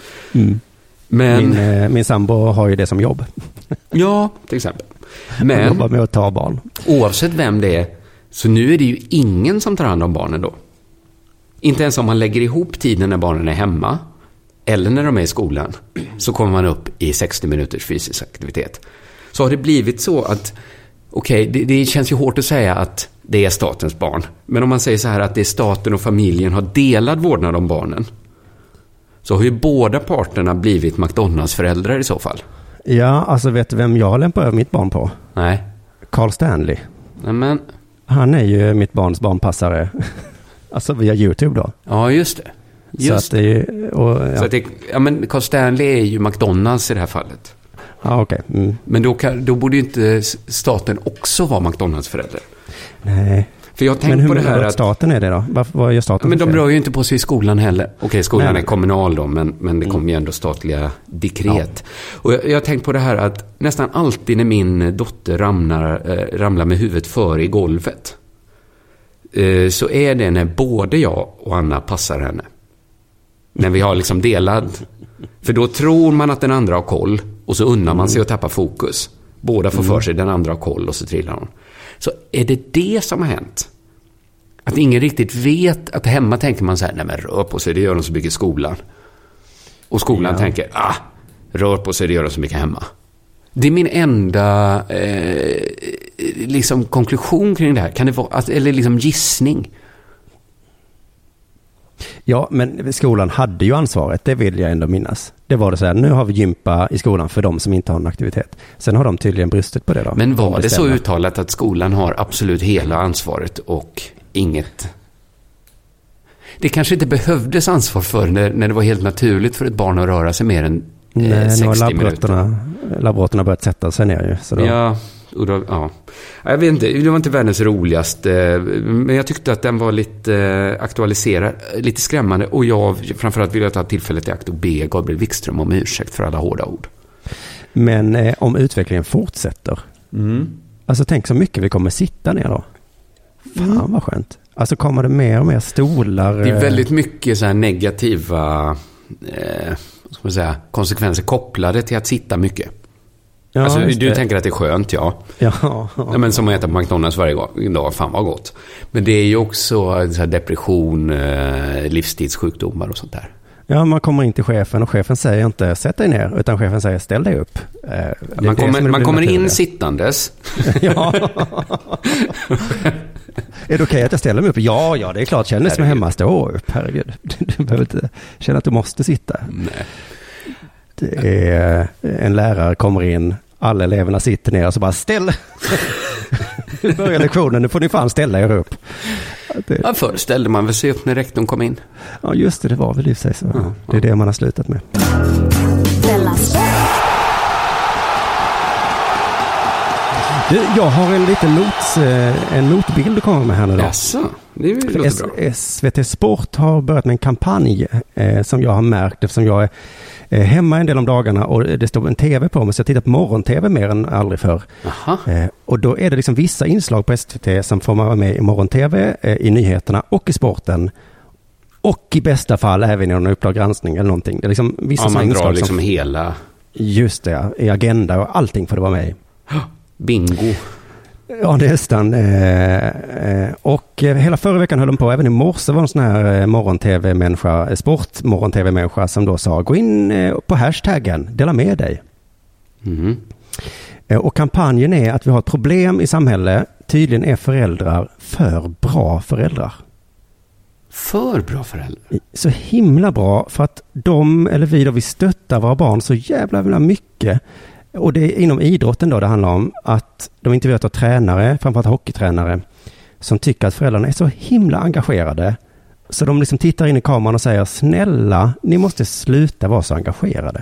Men min sambo har ju det som jobb. Ja, till exempel. Men han jobbar med att ta barn. Oavsett vem det är, så nu är det ju ingen som tar hand om barnen då. Inte ens om man lägger ihop tiden när barnen är hemma eller när de är i skolan, så kommer man upp i 60 minuters fysisk aktivitet. Så har det blivit så att det känns ju hårt att säga att det är statens barn. Men om man säger så här att det är staten och familjen har delad vårdnad om barnen, så har ju båda parterna blivit McDonalds-föräldrar i så fall. Ja, alltså vet du vem jag lämpar över mitt barn på? Nej. Carl Stanley. Nämen. Han är ju mitt barns barnpassare. Alltså via YouTube då. Ja, just det. Just så att det är, så att det, men Carl Stanley är ju McDonalds i det här fallet. Ja, okej. Men då borde ju inte staten också vara McDonalds-förälder. Nej. För jag tänkte på det här att staten är det då? Vad gör staten? Men de rör ju inte på sig i skolan heller. Skolan är kommunal då, men det kommer ju ändå statliga dekret. Ja. Och jag har tänkt på det här att nästan alltid när min dotter ramlar med huvudet före i golvet, så är det när både jag och Anna passar henne. När vi har liksom delad. För då tror man att den andra har koll, och så unnar man sig att tappa fokus. Båda får för sig, den andra har koll, och så trillar hon. Så är det som har hänt? Att ingen riktigt vet, att hemma tänker man så här, nej men rör på sig, det gör de så mycket i skolan. Och skolan tänker, rör på sig, det gör de så mycket hemma. Det är min enda liksom konklusion kring det här. Kan det vara, eller liksom gissning? Ja, men skolan hade ju ansvaret, det vill jag ändå minnas. Det var det så här, nu har vi gympa i skolan för de som inte har en aktivitet. Sen har de tydligen brustit på det då. Men var det så uttalat att skolan har absolut hela ansvaret och inget... Det kanske inte behövdes ansvar för när det var helt naturligt för ett barn att röra sig mer än 60 minuter. Labbråttorna börjat sätta sig ner ju. Så då... Ja. Jag vet inte, det var inte världens roligaste, men jag tyckte att den var lite aktualiserad, lite skrämmande, och jag framförallt vill jag ta tillfället i akt och be Gabriel Wikström om ursäkt för alla hårda ord. Men om utvecklingen fortsätter, alltså tänk så mycket vi kommer sitta ner då. Fan vad skönt. Alltså kommer det mer och mer stolar. Det är väldigt mycket så här negativa ska man säga, konsekvenser kopplade till att sitta mycket. Ja, alltså, du tänker att det är skönt, ja. Men som att äta på McDonald's varje dag, fan vad gott. Men det är ju också så här depression, livsstilssjukdomar och sånt där. Ja, man kommer in till chefen och chefen säger inte sätt dig ner, utan chefen säger ställ dig upp. Man kommer in sittandes. Ja. Är det okej att jag ställer mig upp? Ja, det är klart. Känner som hemma, stå upp. Herregud. Du behöver inte känna att du måste sitta. Nej. Det är en lärare kommer in, alla eleverna sitter ner och så bara ställ. Nu börjar lektionen, nu får ni fan ställa er upp. Ja, förr ställde man väl sig upp när rektorn kom in. Ja, just det var väl i sig så. Ja. Det är det man har slutat med. Jag har en liten notbild att komma med här nu då. Jaså, det låter bra. SVT Sport har börjat med en kampanj som jag har märkt eftersom jag är hemma en del om dagarna och det står en tv på mig, så jag tittar på morgon-tv mer än aldrig förr. Och då är det liksom vissa inslag på SVT som får man vara med i morgon-tv, i nyheterna och i sporten. Och i bästa fall även i någon Uppdrag granskning eller någonting. Det är liksom vissa man inslag drar liksom som, hela... Just det, i agenda och allting får det vara med i. Bingo. Ja, nästan. Och hela förra veckan höll de på, även i morse var en sån här morgon-tv-människa, sport-morgon-tv-människa som då sa, gå in på hashtaggen, dela med dig. Och kampanjen är att vi har ett problem i samhället, tydligen är föräldrar för bra föräldrar. För bra föräldrar? Så himla bra, för att de, eller vi då, vi stöttar våra barn så jävla mycket. Och det är inom idrotten då det handlar om att de intervjuat tränare, framförallt hockeytränare, som tycker att föräldrarna är så himla engagerade. Så de liksom tittar in i kameran och säger, snälla, ni måste sluta vara så engagerade.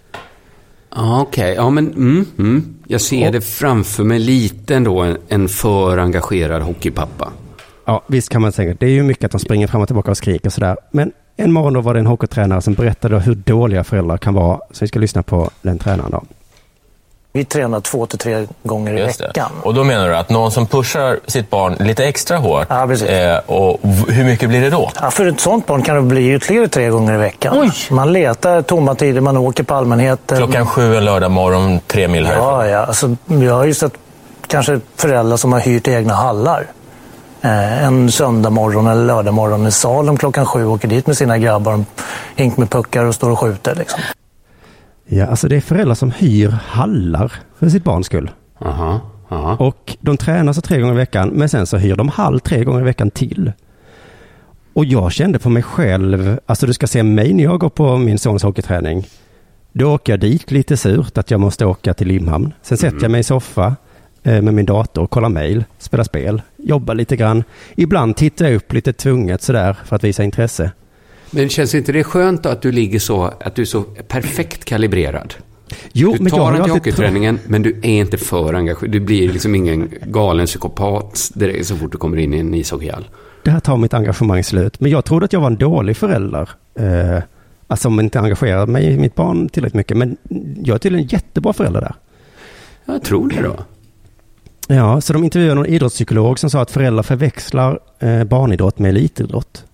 Okej, ja men jag ser det framför mig lite ändå, en för engagerad hockeypappa. Ja, visst kan man säga. Det är ju mycket att de springer fram och tillbaka och skriker och sådär. Men en morgon då var det en hockeytränare som berättade hur dåliga föräldrar kan vara. Så vi ska lyssna på den tränaren då. Vi tränar 2 till 3 gånger i veckan. Och då menar du att någon som pushar sitt barn lite extra hårt, ja, precis. Och hur mycket blir det då? Ja, för ett sånt barn kan det bli ytterligare 3 gånger i veckan. Oj. Man letar tomma tider, man åker på allmänheten. Klockan 7 en lördag morgon, 3 mil härifrån. Ja. Alltså, jag har ju sett kanske föräldrar som har hyrt egna hallar. En söndag morgon eller lördag morgon i Salem klockan 7 åker dit med sina grabbar, hink med puckar och står och skjuter liksom. Ja, alltså det är föräldrar som hyr hallar för sitt barns skull. Aha. Och de tränar så 3 gånger i veckan, men sen så hyr de hall 3 gånger i veckan till. Och jag kände på mig själv, alltså du ska se mig när jag går på min sons hockeyträning. Då åker jag dit lite surt att jag måste åka till Limhamn. Sen sätter jag mig i soffa med min dator, kollar mejl, spelar spel, jobbar lite grann. Ibland tittar jag upp lite tvunget sådär för att visa intresse. Men känns inte det skönt att du ligger så, att du är så perfekt kalibrerad? Jo, du tar den till hockeyträningen, men du är inte för engagerad. Du blir liksom ingen galen psykopat direkt så fort du kommer in i en ishockeyhall. Det här tar mitt engagemang slut. Men jag trodde att jag var en dålig förälder. Alltså om jag inte engagerar mig i mitt barn tillräckligt mycket. Men jag är tydligen en jättebra förälder där. Jag tror det då. Ja, så de intervjuade någon idrottspsykolog som sa att föräldrar förväxlar barnidrott med elitidrott.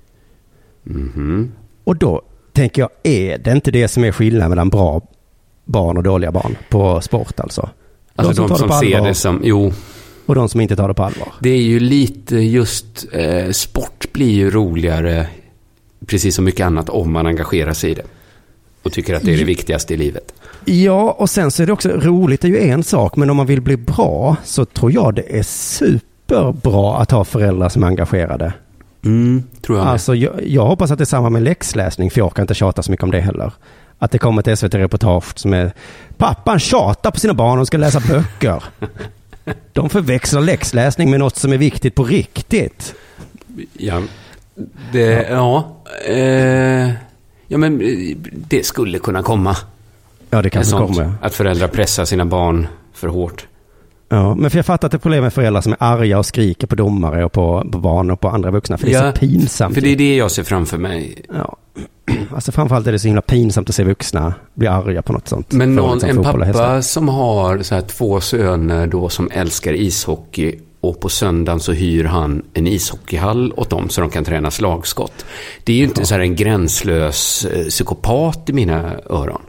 Och då tänker jag, är det inte det som är skillnaden mellan bra barn och dåliga barn på sport alltså? Alltså de som ser det som, jo. Och de som inte tar det på allvar. Det är ju lite just, sport blir ju roligare precis som mycket annat om man engagerar sig i det. Och tycker att det är det viktigaste i livet. Ja, och sen så är det också roligt, det är ju en sak, men om man vill bli bra så tror jag det är superbra att ha föräldrar som är engagerade. Tror jag. Alltså jag hoppas att det är samma med läxläsning, för jag kan inte tjata så mycket om det heller. Att det kommer ett SVT-reportage som är pappan tjatar på sina barn och ska läsa böcker. De förväxlar läxläsning med något som är viktigt på riktigt. Ja, men det skulle kunna komma. Ja, det kan komma. Att föräldrar pressar sina barn för hårt. Ja, men för jag fattar att det är problem med föräldrar som är arga och skriker på domare och på barn och på andra vuxna. För det är så pinsamt. För det är det jag ser framför mig. Ja. Alltså framförallt är det så himla pinsamt att se vuxna bli arga på något sånt. Men en pappa som har så här 2 söner då som älskar ishockey, och på söndagen så hyr han en ishockeyhall åt dem så de kan träna slagskott. Det är ju inte så här en gränslös psykopat i mina öron.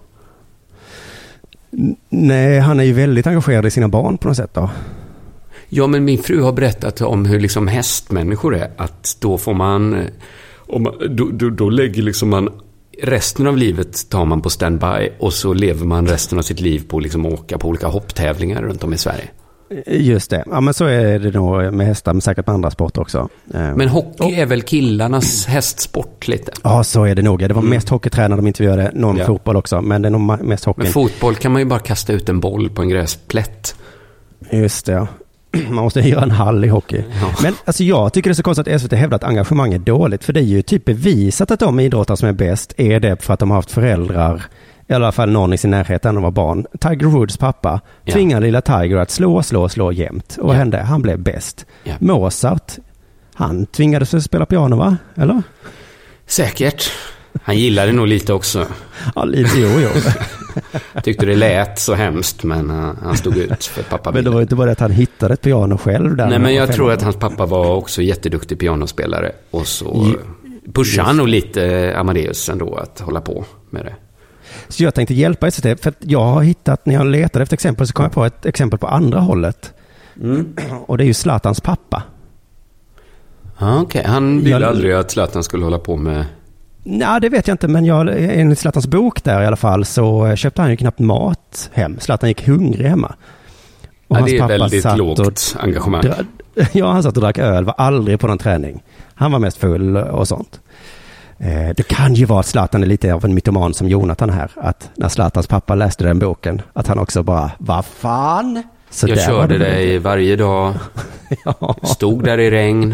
Nej, han är ju väldigt engagerad i sina barn på något sätt då. Ja, men min fru har berättat om hur liksom hästmänniskor är. Att då får man... Då lägger liksom man... Resten av livet tar man på standby. Och så lever man resten av sitt liv på liksom åka på olika hopptävlingar runt om i Sverige. Just det. Ja, men så är det nog med hästar, men säkert med andra sporter också. Men hockey är väl killarnas hästsport lite? Ja, så är det nog. Det var mest hockeytränare de intervjuade. Någon fotboll också, men det är nog mest hockey. Men fotboll kan man ju bara kasta ut en boll på en gräsplätt. Just det, ja. Man måste hyra en hall i hockey. Ja. Men alltså, jag tycker det är så konstigt att SVT hävdar att engagemang är dåligt. För det är ju typ bevisat att de idrottare som är bäst är det för att de har haft föräldrar, i alla fall någon i sin närhet när de var barn. Tiger Woods pappa tvingade lilla Tiger att slå jämt. Och vad hände? Han blev bäst. Ja. Mozart, han tvingades att spela piano, va? Eller? Säkert. Han gillade nog lite också. Ja, lite jo. Tyckte det lät så hemskt, men han stod ut för pappa. Men det var inte bara att han hittade ett piano själv där. Nej, men jag tror att hans pappa var också jätteduktig pianospelare. Och så pushade han nog lite Amadeus ändå att hålla på med det. Så jag tänkte hjälpa SVT, för att jag har hittat, när jag letade efter exempel så kom jag på ett exempel på andra hållet. Och det är ju Zlatans pappa. Okej. Han ville aldrig att Zlatan skulle hålla på med... Nej, det vet jag inte, men enligt Zlatans bok där i alla fall så köpte han ju knappt mat hem. Zlatan gick hungrig hemma. Och det är väldigt lågt engagemang. Ja, han satt och drack öl, var aldrig på någon träning. Han var mest full och sånt. Det kan ju vara att Zlatan är lite av en mytoman som Jonathan här. Att när Zlatans pappa läste den boken, att han också bara, vad fan? Så jag körde dig varje dag. Stod där i regn.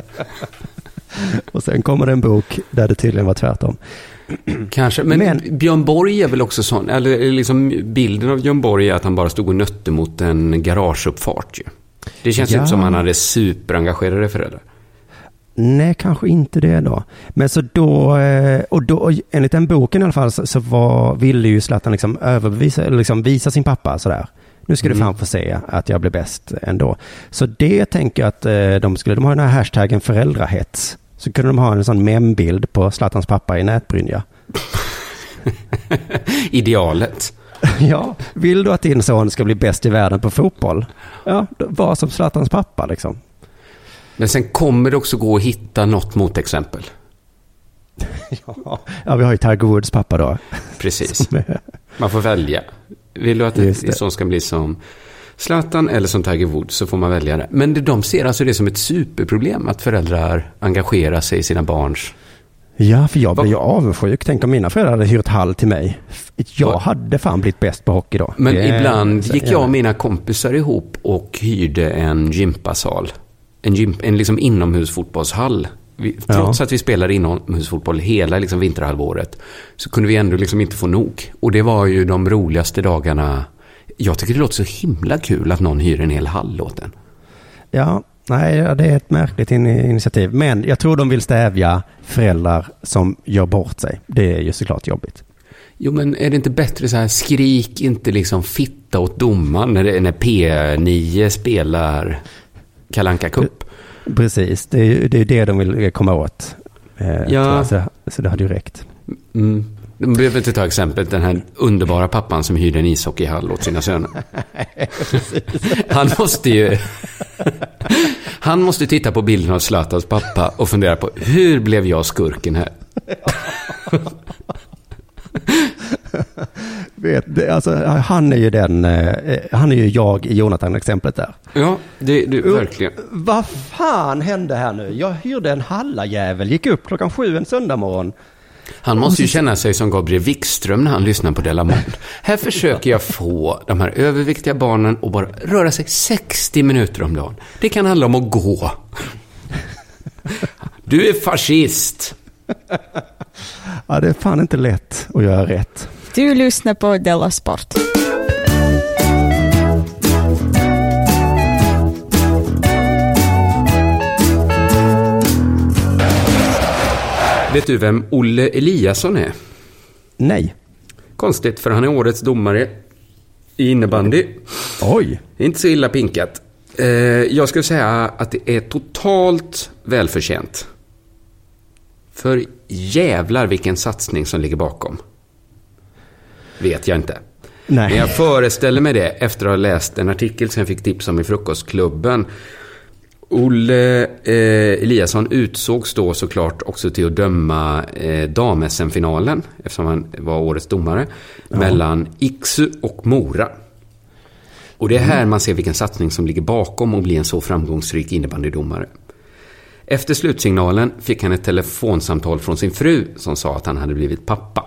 Och sen kommer det en bok där det tydligen var tvärtom. Kanske, men Björn Borg är väl också sån, eller liksom bilden av Björn Borg är att han bara stod och nötte mot en garageuppfart ju. Det känns inte som han hade superengagerade föräldrar. Nej, kanske inte det då. Men så då, och då enligt den boken i alla fall så ville ju Zlatan liksom överbevisa, liksom visa sin pappa sådär. Nu ska du fan få se att jag blir bäst ändå. Så det tänker jag att de har den här hashtaggen föräldrahets. Så kunde de ha en sån membild på Zlatans pappa i nätbrynja. Idealet. Ja, vill du att din son ska bli bäst i världen på fotboll? Ja, var som Zlatans pappa liksom. Men sen kommer det också gå att hitta något motexempel. Ja, vi har ju Tiger Woods pappa då. Precis. Man får välja. Vill du att din son ska bli som Zlatan eller som Tiger Woods, så får man välja det. Men de ser alltså det som ett superproblem att föräldrar engagerar sig i sina barns... Ja, för jag blir ju avundsjuk. Tänk om mina föräldrar hade hyrt hall till mig. Jag hade fan blivit bäst på hockey då. Men ibland gick jag och mina kompisar ihop och hyrde en gympasal. En liksom inomhusfotbollshall. Trots att vi spelade inomhusfotboll hela liksom vinterhalvåret, så kunde vi ändå liksom inte få nog. Och det var ju de roligaste dagarna. Jag tycker det låter så himla kul att någon hyr en hel hall åt den. Ja, nej, det är ett märkligt initiativ. Men jag tror de vill stävja föräldrar som gör bort sig. Det är ju såklart jobbigt. Jo, men är det inte bättre så här, skrik inte liksom fitta åt domaren när P9 spelar Kalle Anka Cup? Precis, det är det de vill komma åt. Ja. Så det hade ju räckt. De behöver inte ta exempel den här underbara pappan som hyrde en ishockeyhall åt sina söner. Han måste titta på bilden av Zlatans pappa och fundera på, hur blev jag skurken här? vet, alltså, han är ju jag i Jonathan-exemplet där. Ja, det verkligen. Vad fan hände här nu? Jag hyrde en hallajävel, gick upp 7:00 en söndag morgon. Han måste ju känna sig som Gabriel Wikström när han lyssnar på Della Mond. Här försöker jag få de här överviktiga barnen att bara röra sig 60 minuter om dagen. Det kan handla om att gå. Du är fascist. Ja, det är fan inte lätt att göra rätt. Du lyssnar på Della Sport. Vet du vem Olle Eliasson är? Nej. Konstigt, för han är årets domare i innebandy. Oj. Inte så illa pinkat. Jag skulle säga att det är totalt välförtjänt. För jävlar vilken satsning som ligger bakom. Vet jag inte. Nej. Men jag föreställer mig det efter att ha läst en artikel som jag fick tips om i Frukostklubben. Olle Eliasson utsågs då såklart också till att döma dam-SM-finalen, eftersom han var årets domare, mellan Iksu och Mora. Och det är här man ser vilken satsning som ligger bakom och bli en så framgångsrik innebandydomare. Efter slutsignalen fick han ett telefonsamtal från sin fru som sa att han hade blivit pappa.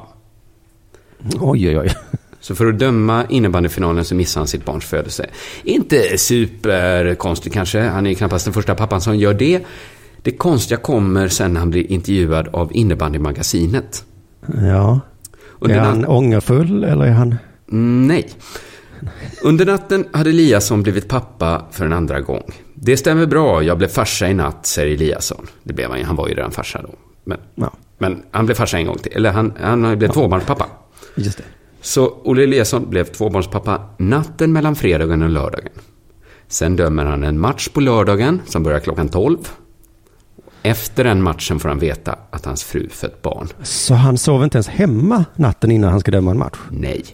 Oj. Så för att döma innebandyfinalen så missade han sitt barns födelse. Inte superkonstigt kanske. Han är ju knappast den första pappan som gör det. Det konstiga kommer sen när han blir intervjuad av innebandymagasinet. Ja. Är han ångerfull eller är han... Nej. Under natten hade Eliasson blivit pappa för en andra gång. Det stämmer bra, jag blev farsa i natt, säger Eliasson. Det blev han var ju redan farsa då. Men han blev farsa en gång till. Eller han blev tvåbarnspappa. Just det. Så Olle Eliasson blev tvåbarnspappa natten mellan fredagen och lördagen. Sen dömer han en match på lördagen som börjar 12:00. Efter den matchen får han veta att hans fru fött barn. Så han sov inte ens hemma natten innan han ska döma en match? Nej.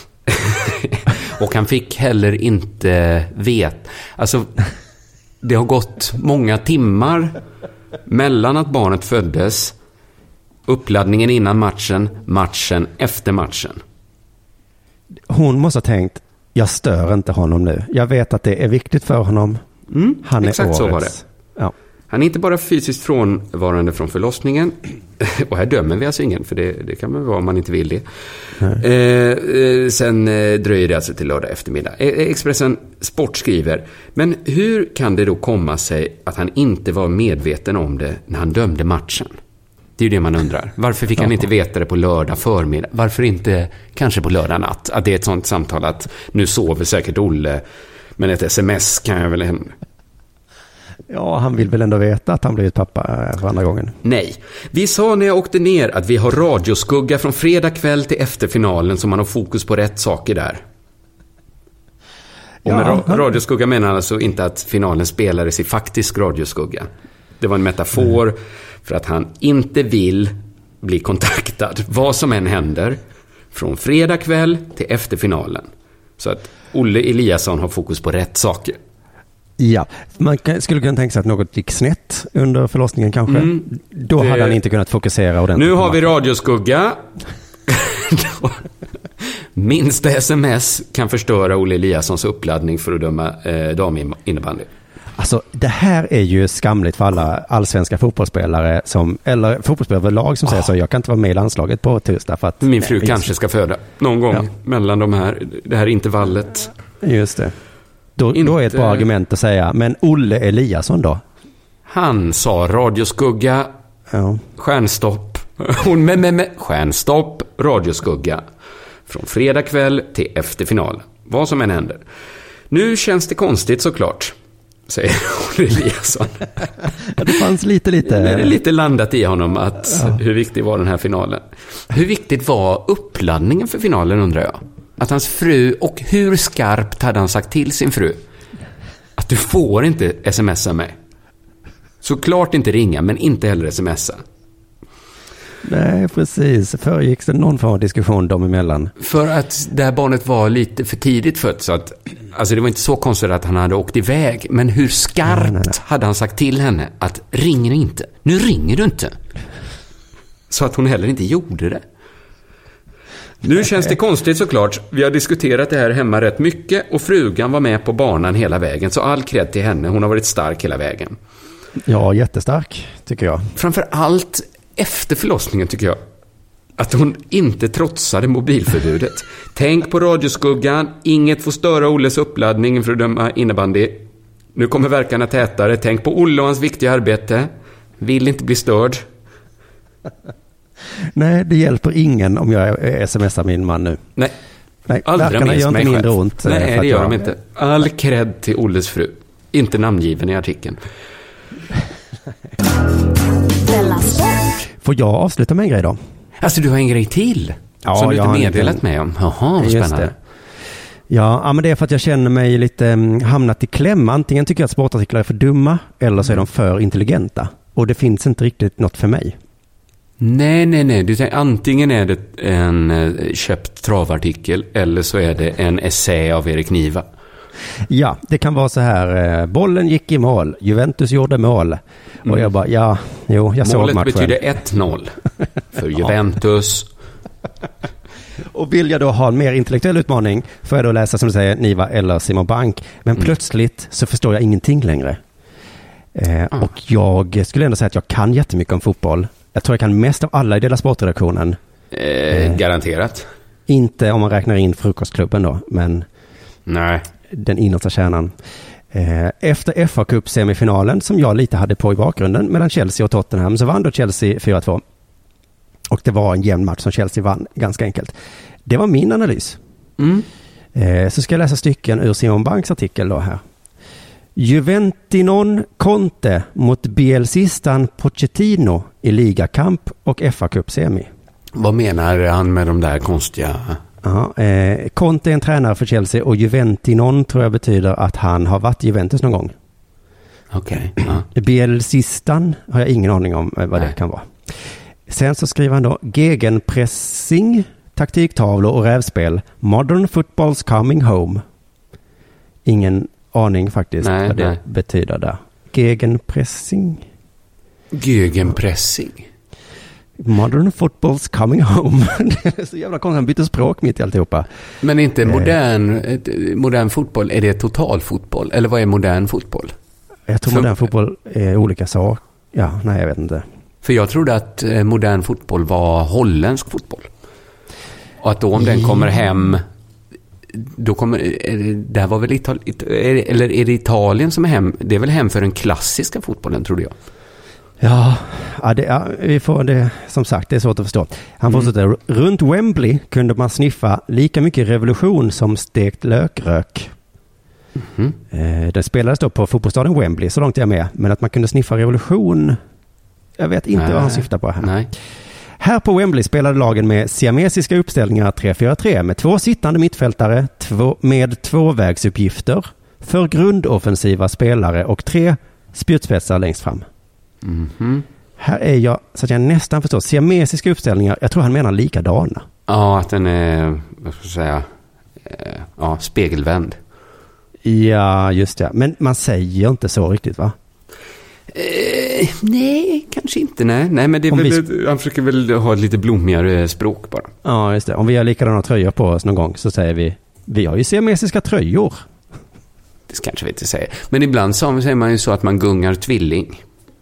Och han fick heller inte alltså det har gått många timmar mellan att barnet föddes, uppladdningen innan matchen efter matchen. Hon måste ha tänkt, jag stör inte honom nu. Jag vet att det är viktigt för honom. Han är exakt årets. Så var det. Ja. Han är inte bara fysiskt frånvarande från förlossningen. Och här dömer vi alltså ingen, för det kan man vara om man inte vill det. Sen dröjer det alltså till lördag eftermiddag. Expressen Sport skriver, men hur kan det då komma sig att han inte var medveten om det när han dömde matchen? Det är ju det man undrar. Varför fick han inte veta det på lördag förmiddag? Varför inte kanske på lördag natt? Att det är ett sånt samtal att nu sover säkert Olle, men ett sms kan jag väl hem. Ja, han vill väl ändå veta att han blivit pappa för andra gången. Nej. Vi sa när jag åkte ner att vi har radioskugga från fredag kväll till efterfinalen, så man har fokus på rätt saker där. Och med radioskugga menar han alltså inte att finalen spelades i faktisk radioskugga. Det var en metafor för att han inte vill bli kontaktad, vad som än händer, från fredag kväll till efterfinalen. Så att Olle Eliasson har fokus på rätt saker. Ja, man skulle kunna tänka sig att något gick snett under förlossningen kanske. Då hade han inte kunnat fokusera ordentligt. Nu har vi radioskugga. Minsta sms kan förstöra Olle Eliassons uppladdning för att döma daminnebandy. Alltså det här är ju skamligt för alla allsvenska fotbollsspelare eller fotbollsspelare överlag som säger så, jag kan inte vara med i landslaget på tisdag för att min fru kanske ska föda någon gång mellan det här intervallet. Just det. Då är ett bra argument att säga, men Olle Eliasson då? Han sa radioskugga, stjärnstopp, stjärnstopp, radioskugga. Från fredag kväll till efterfinal. Vad som än händer. Nu känns det konstigt såklart, säger Olle Eliasson. Det fanns lite. Det är lite landat i honom att hur viktig var den här finalen. Hur viktigt var uppladdningen för finalen, undrar jag. Att hans fru, och hur skarpt hade han sagt till sin fru att du får inte smsa mig. Såklart inte ringa, men inte heller smsa. Nej, precis. Föregicks det någon form av diskussion dem emellan? För att det här barnet var lite för tidigt fött, så att alltså det var inte så konstigt att han hade åkt iväg. Men hur skarpt hade han sagt till henne att ringer inte? Nu ringer du inte. Så att hon heller inte gjorde det. Nu känns det konstigt såklart. Vi har diskuterat det här hemma rätt mycket och frugan var med på banan hela vägen. Så all cred till henne. Hon har varit stark hela vägen. Ja, jättestark tycker jag. Framför allt efter förlossningen tycker jag. Att hon inte trotsade mobilförbudet. Tänk på radioskuggan. Inget får störa Olles uppladdning för att döma innebandy. Nu kommer verkarna tätare. Tänk på Olle och hans viktiga arbete. Vill inte bli störd. Nej, det hjälper ingen om jag smsar min man nu. Nej, verkarna gör inte mindre ont. Nej, det gör de inte. All cred till Olles fru. Inte namngiven i artikeln. Får jag avsluta med en grej då? Alltså du har en grej till som du inte meddelat mig om. Jaha, vad spännande. Ja, men det är för att jag känner mig lite hamnat i kläm. Antingen tycker jag att sportartiklar är för dumma eller så är de för intelligenta. Och det finns inte riktigt något för mig. Nej. Du säger, antingen är det en köpt travartikel eller så är det en essä av Erik Niva. Ja, det kan vara så här. Bollen gick i mål. Juventus gjorde mål. Och jag bara, jag såg matchen. Målet betyder 1-0 för Juventus. Och vill jag då ha en mer intellektuell utmaning får jag då läsa som du säger Niva eller Simon Bank. Men plötsligt så förstår jag ingenting längre. Och jag skulle ändå säga att jag kan jättemycket om fotboll. Jag tror jag kan mest av alla i Della Sport-redaktionen. Garanterat. Inte om man räknar in frukostklubben då, men nej. Den innersta kärnan. Efter FA Cup-semifinalen som jag lite hade på i bakgrunden mellan Chelsea och Tottenham så vann då Chelsea 4-2. Och det var en jämn match som Chelsea vann ganska enkelt. Det var min analys. Så ska jag läsa stycken ur Simon Banks artikel då här. Juventinon Conte mot Bielsistan Pochettino i ligakamp och FA Cup-semi. Vad menar han med de där konstiga... Ja, Conte är en tränare för Chelsea och Juventinon tror jag betyder att han har varit i Juventus någon gång. Okej. Bielsistan har jag ingen aning om vad det kan vara. Sen så skriver han då gegenpressing, taktiktavlor och rävspel. Modern football's coming home. Ingen aning faktiskt vad det betyder där. Gegenpressing. Modern football's coming home. Det är så jävla konstigt. Han byter språk mitt i alltihopa. Men inte modern fotboll, är det totalfotboll? Eller vad är modern fotboll? Jag tror modern fotboll är olika saker. Ja, nej jag vet inte. För jag trodde att modern fotboll var holländsk fotboll. Och att då om den kommer hem, då kommer, där var väl eller är det Italien som är hem? Det är väl hem för den klassiska fotbollen, trodde jag. Ja, vi får det, som sagt, det är svårt att förstå. Han fortsätter, runt Wembley kunde man sniffa lika mycket revolution som stekt lökrök. Det spelades då på fotbollsstaden Wembley, så långt jag är med. Men att man kunde sniffa revolution, jag vet inte vad han syftar på här. Nej. Här på Wembley spelade lagen med siamesiska uppställningar 3-4-3 med 2 sittande mittfältare med tvåvägsuppgifter för grundoffensiva spelare och 3 spjutspetsar längst fram. Här är jag, så att jag nästan förstår, siamesiska uppställningar, jag tror han menar likadana. Ja, att den är, vad ska jag säga, spegelvänd. Ja, just det. Men man säger inte så riktigt, va? Nej, kanske inte. Nej, men det är väl, han försöker väl ha ett lite blommigare språk bara. Ja, just det. Om vi har likadana tröjor på oss någon gång så säger vi har ju siamesiska tröjor. Det kanske vi inte säger. Men ibland säger man ju så att man gungar tvilling.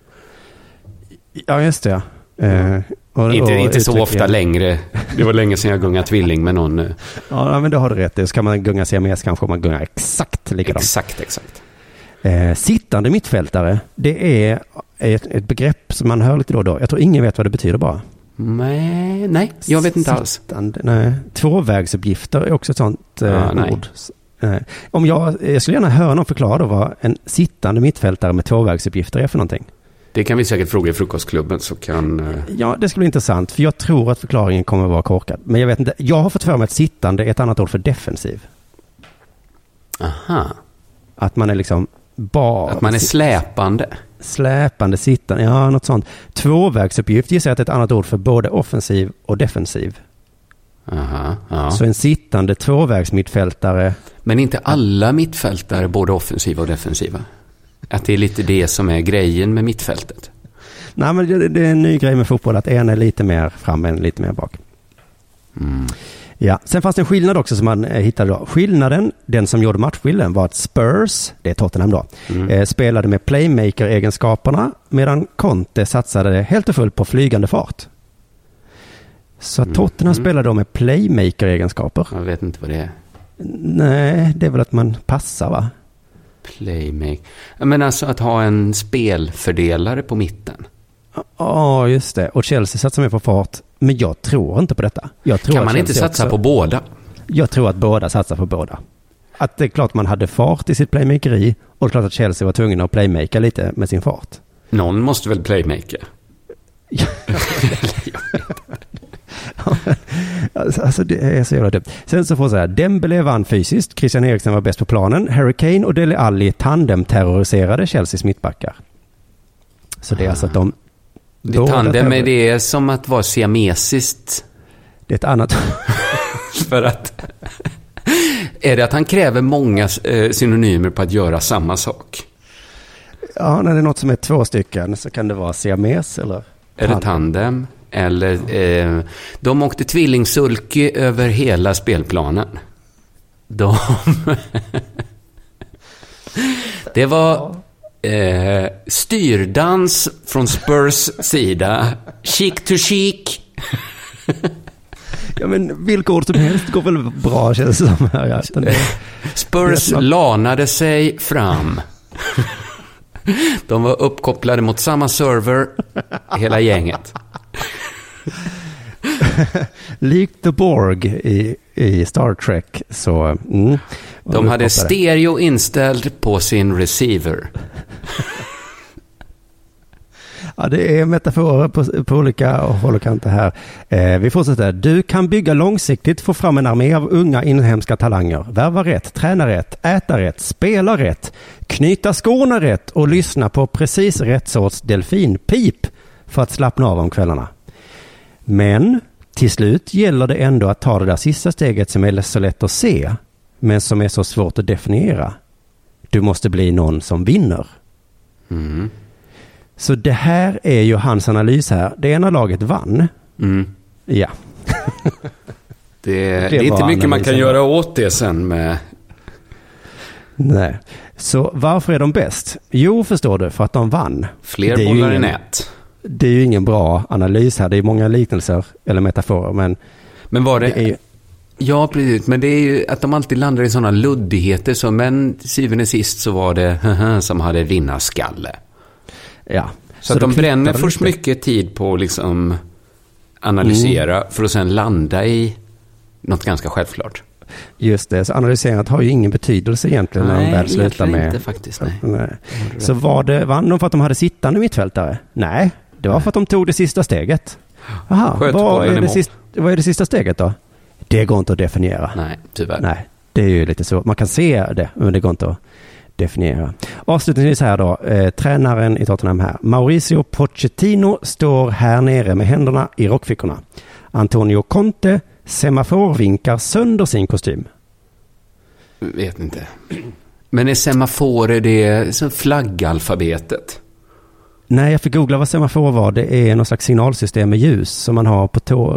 Ja, just det. Inte så ofta längre. Det var länge sedan jag gungade tvilling med någon. Ja, men då har du rätt. Så kan man gunga siames kanske man gungar exakt likadant. Exakt. Sittande mittfältare, det är ett begrepp som man hör lite då och då. Jag tror ingen vet vad det betyder bara. Nej, jag vet inte alls. Nej. Tvåvägsuppgifter är också ett sånt ord. Jag skulle gärna höra någon förklara då vad en sittande mittfältare med tvåvägsuppgifter är för någonting. Det kan vi säkert fråga i frukostklubben så kan... Ja, det skulle bli intressant för jag tror att förklaringen kommer att vara korkad. Men jag vet inte, jag har fått för mig att sittande är ett annat ord för defensiv. Aha. Att man är liksom att man är släpande. Släpande, sittande, ja något sånt. Tvåvägsuppgift gissar jag att det är ett annat ord för både offensiv och defensiv. Aha, ja. Så en sittande tvåvägsmittfältare. Men inte alla mittfältare både offensiva och defensiva? Att det är lite det som är grejen med mittfältet? Nej, men det är en ny grej med fotboll att en är lite mer fram än lite mer bak. Ja, sen fanns det en skillnad också som man hittade då. Skillnaden, den som gjorde matchbilden, var att Spurs, det är Tottenham då, spelade med playmaker-egenskaperna medan Conte satsade helt och fullt på flygande fart. Så Tottenham spelade då med playmaker-egenskaper. Jag vet inte vad det är. Nej, det är väl att man passar, va? Playmaker. Men alltså att ha en spelfördelare på mitten. Ja, just det. Och Chelsea satsar mer på fart. Men jag tror inte på detta. Kan man inte satsa på båda? Jag tror att båda satsar på båda. Att det är klart man hade fart i sitt playmakeri. Och det är klart att Chelsea var tvungen att playmaka lite med sin fart. Någon måste väl playmaka? Alltså det är så jävla dumt. Sen så får så här, Dembélé vann fysiskt, Christian Eriksen var bäst på planen, Harry Kane och Dele Alli tandem-terroriserade Chelseas mittbackar. Så det är alltså att de... Tandem är det som att vara siamesiskt. Det är ett annat... För att... Är det att han kräver många synonymer på att göra samma sak? Ja, när det är något som är 2 stycken så kan det vara siames eller... Eller tandem. Eller de åkte tvillingsulke över hela spelplanen. Det var styrdans från Spurs sida. Chic to chic. Ja, men vilka ord som helst går väl bra, känns det som här. Spurs lanade sig fram. De var uppkopplade mot samma server, hela gänget. Likt The Borg i Star Trek så... de hade stereo inställd på sin receiver. Ja, det är metaforer på olika håll och kanter här. Vi fortsätter. Du kan bygga långsiktigt, få fram en armé av unga inhemska talanger. Värva rätt, träna rätt, äta rätt, spela rätt, knyta skorna rätt och lyssna på precis rätt sorts delfinpip för att slappna av om kvällarna. Men till slut gäller det ändå att ta det där sista steget som är så lätt att se, men som är så svårt att definiera. Du måste bli någon som vinner. Mm. Så det här är ju hans analys här. Det ena laget vann. Mm. Ja. Det är inte mycket man kan göra åt det sen med... Nej. Så varför är de bäst? Jo, förstår du, för att de vann. Fler bollar i nät. Det är ju ingen bra analys här. Det är många liknelser eller metaforer. Men var det är ju... Ja, precis. Men det är ju att de alltid landar i sådana luddigheter. Så, men till syvende sist så var det som hade vinnarskalle. Ja. Så att de bränner först mycket tid på att liksom analysera för att sen landa i något ganska självklart. Just det, så analyserandet har ju ingen betydelse egentligen när de väl slutar med... inte faktiskt, nej. Så vann de för att de hade sittande mittfältare? Nej, det var för att de tog det sista steget. Aha, vad är det sista steget då? Det går inte att definiera. Nej, tyvärr. Nej, det är ju lite så. Man kan se det, men det går inte att definiera. Avslutningsvis här då, tränaren i Tottenham här. Mauricio Pochettino står här nere med händerna i rockfickorna. Antonio Conte semaforvinkar sönder sin kostym. Vet inte. Men är semaforer det som flaggalfabetet? Nej, jag fick googla vad semafor var. Det är något slags signalsystem med ljus som man har på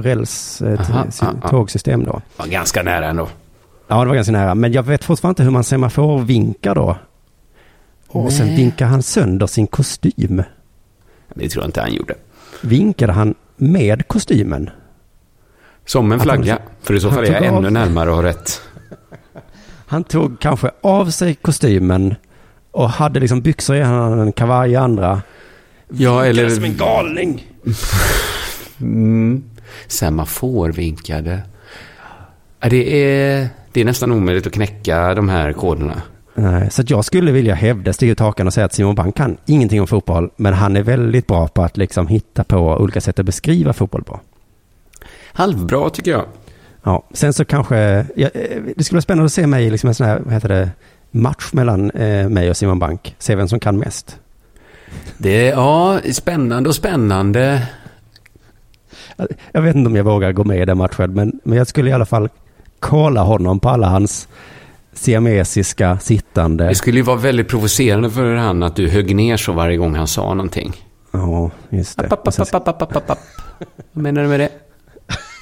tågsystem då. Var ganska nära ändå. Ja, det var ganska nära. Men jag vet fortfarande inte hur man semaforvinkar då. Och sen vinkar han sönder sin kostym. Det tror jag inte han gjorde. Vinkade han med kostymen? Som en flagga. För i så fall är jag ännu närmare att ha rätt. Han tog kanske av sig kostymen och hade liksom byxor i en kavaj i andra. Ja, eller... som en galning. Semafor vinkade. Det är nästan omöjligt att knäcka de här koderna. Nej, så att jag skulle vilja hävda, stiga ut hakan och säga att Simon Bank kan ingenting om fotboll, men han är väldigt bra på att liksom hitta på olika sätt att beskriva fotboll på. Halvbra tycker jag. Ja, sen så kanske det skulle vara spännande att se mig liksom en sån här, match mellan mig och Simon Bank. Se vem som kan mest. Det är spännande. Jag vet inte om jag vågar gå med i den matchen, men jag skulle i alla fall kolla honom på alla hans siamesiska sittande. Det skulle ju vara väldigt provocerande för han att du högg ner så varje gång han sa någonting. Ja, just det. Vad menar du med det?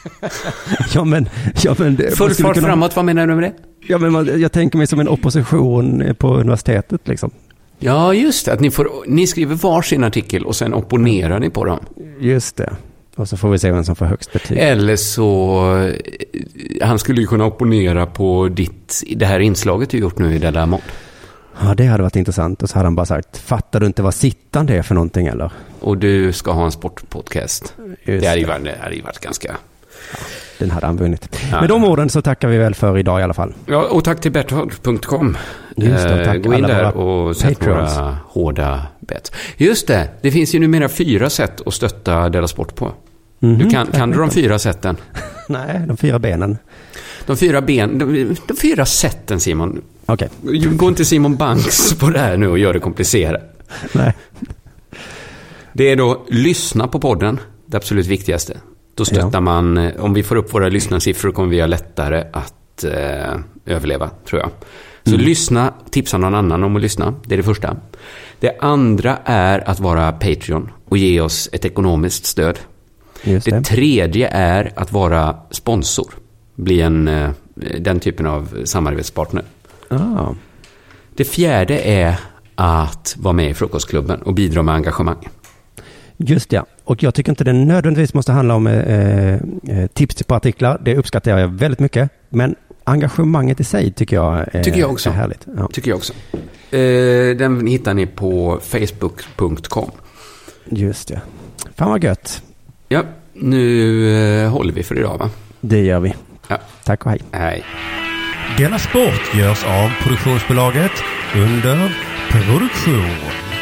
Ja, men Full fart framåt, vad menar du med det? Ja, men jag tänker mig som en opposition på universitetet liksom. Ja, just det. Att ni skriver varsin artikel och sen opponerar ni på dem. Just det. Och så får vi se vem som får högst betyg. Eller så... Han skulle ju kunna opponera på det här inslaget du gjort nu i Della Mod. Ja, det hade varit intressant. Och så hade han bara sagt, fattar du inte vad sittande är för någonting eller? Och du ska ha en sportpodcast. Det hade ju varit ganska... Ja, den hade han vunnit. Ja. Med de orden så tackar vi väl för idag i alla fall. Ja, och tack till betthard.com. Just det, tack. Gå in där och sätt våra hårda bett. Just det, det finns ju numera 4 sätt att stötta Della Sport på. Kan du de 4 sätten? Nej, de 4 benen. De 4 sätten, Simon. Okej. Gå inte Simon Banks på det här nu och gör det komplicerat. Nej. Det är då lyssna på podden, det absolut viktigaste. Då stöttar man, om vi får upp våra lyssnarsiffror kommer vi ha lättare att överleva, tror jag. Så lyssna, tipsa någon annan om att lyssna, det är det första. Det andra är att vara Patreon och ge oss ett ekonomiskt stöd. Det tredje är att vara sponsor, bli den typen av samarbetspartner. Det fjärde är att vara med i Frukostklubben och bidra med engagemang. Just det, och jag tycker inte det nödvändigtvis måste handla om tips på artiklar. Det uppskattar jag väldigt mycket. Men engagemanget i sig tycker jag är härligt. Ja. Tycker jag också. Den hittar ni på facebook.com. Just det. Fan vad gött. Ja, nu håller vi för idag, va? Det gör vi. Ja. Tack och hej. Hej. Della Sport görs av produktionsbolaget Under Produktion.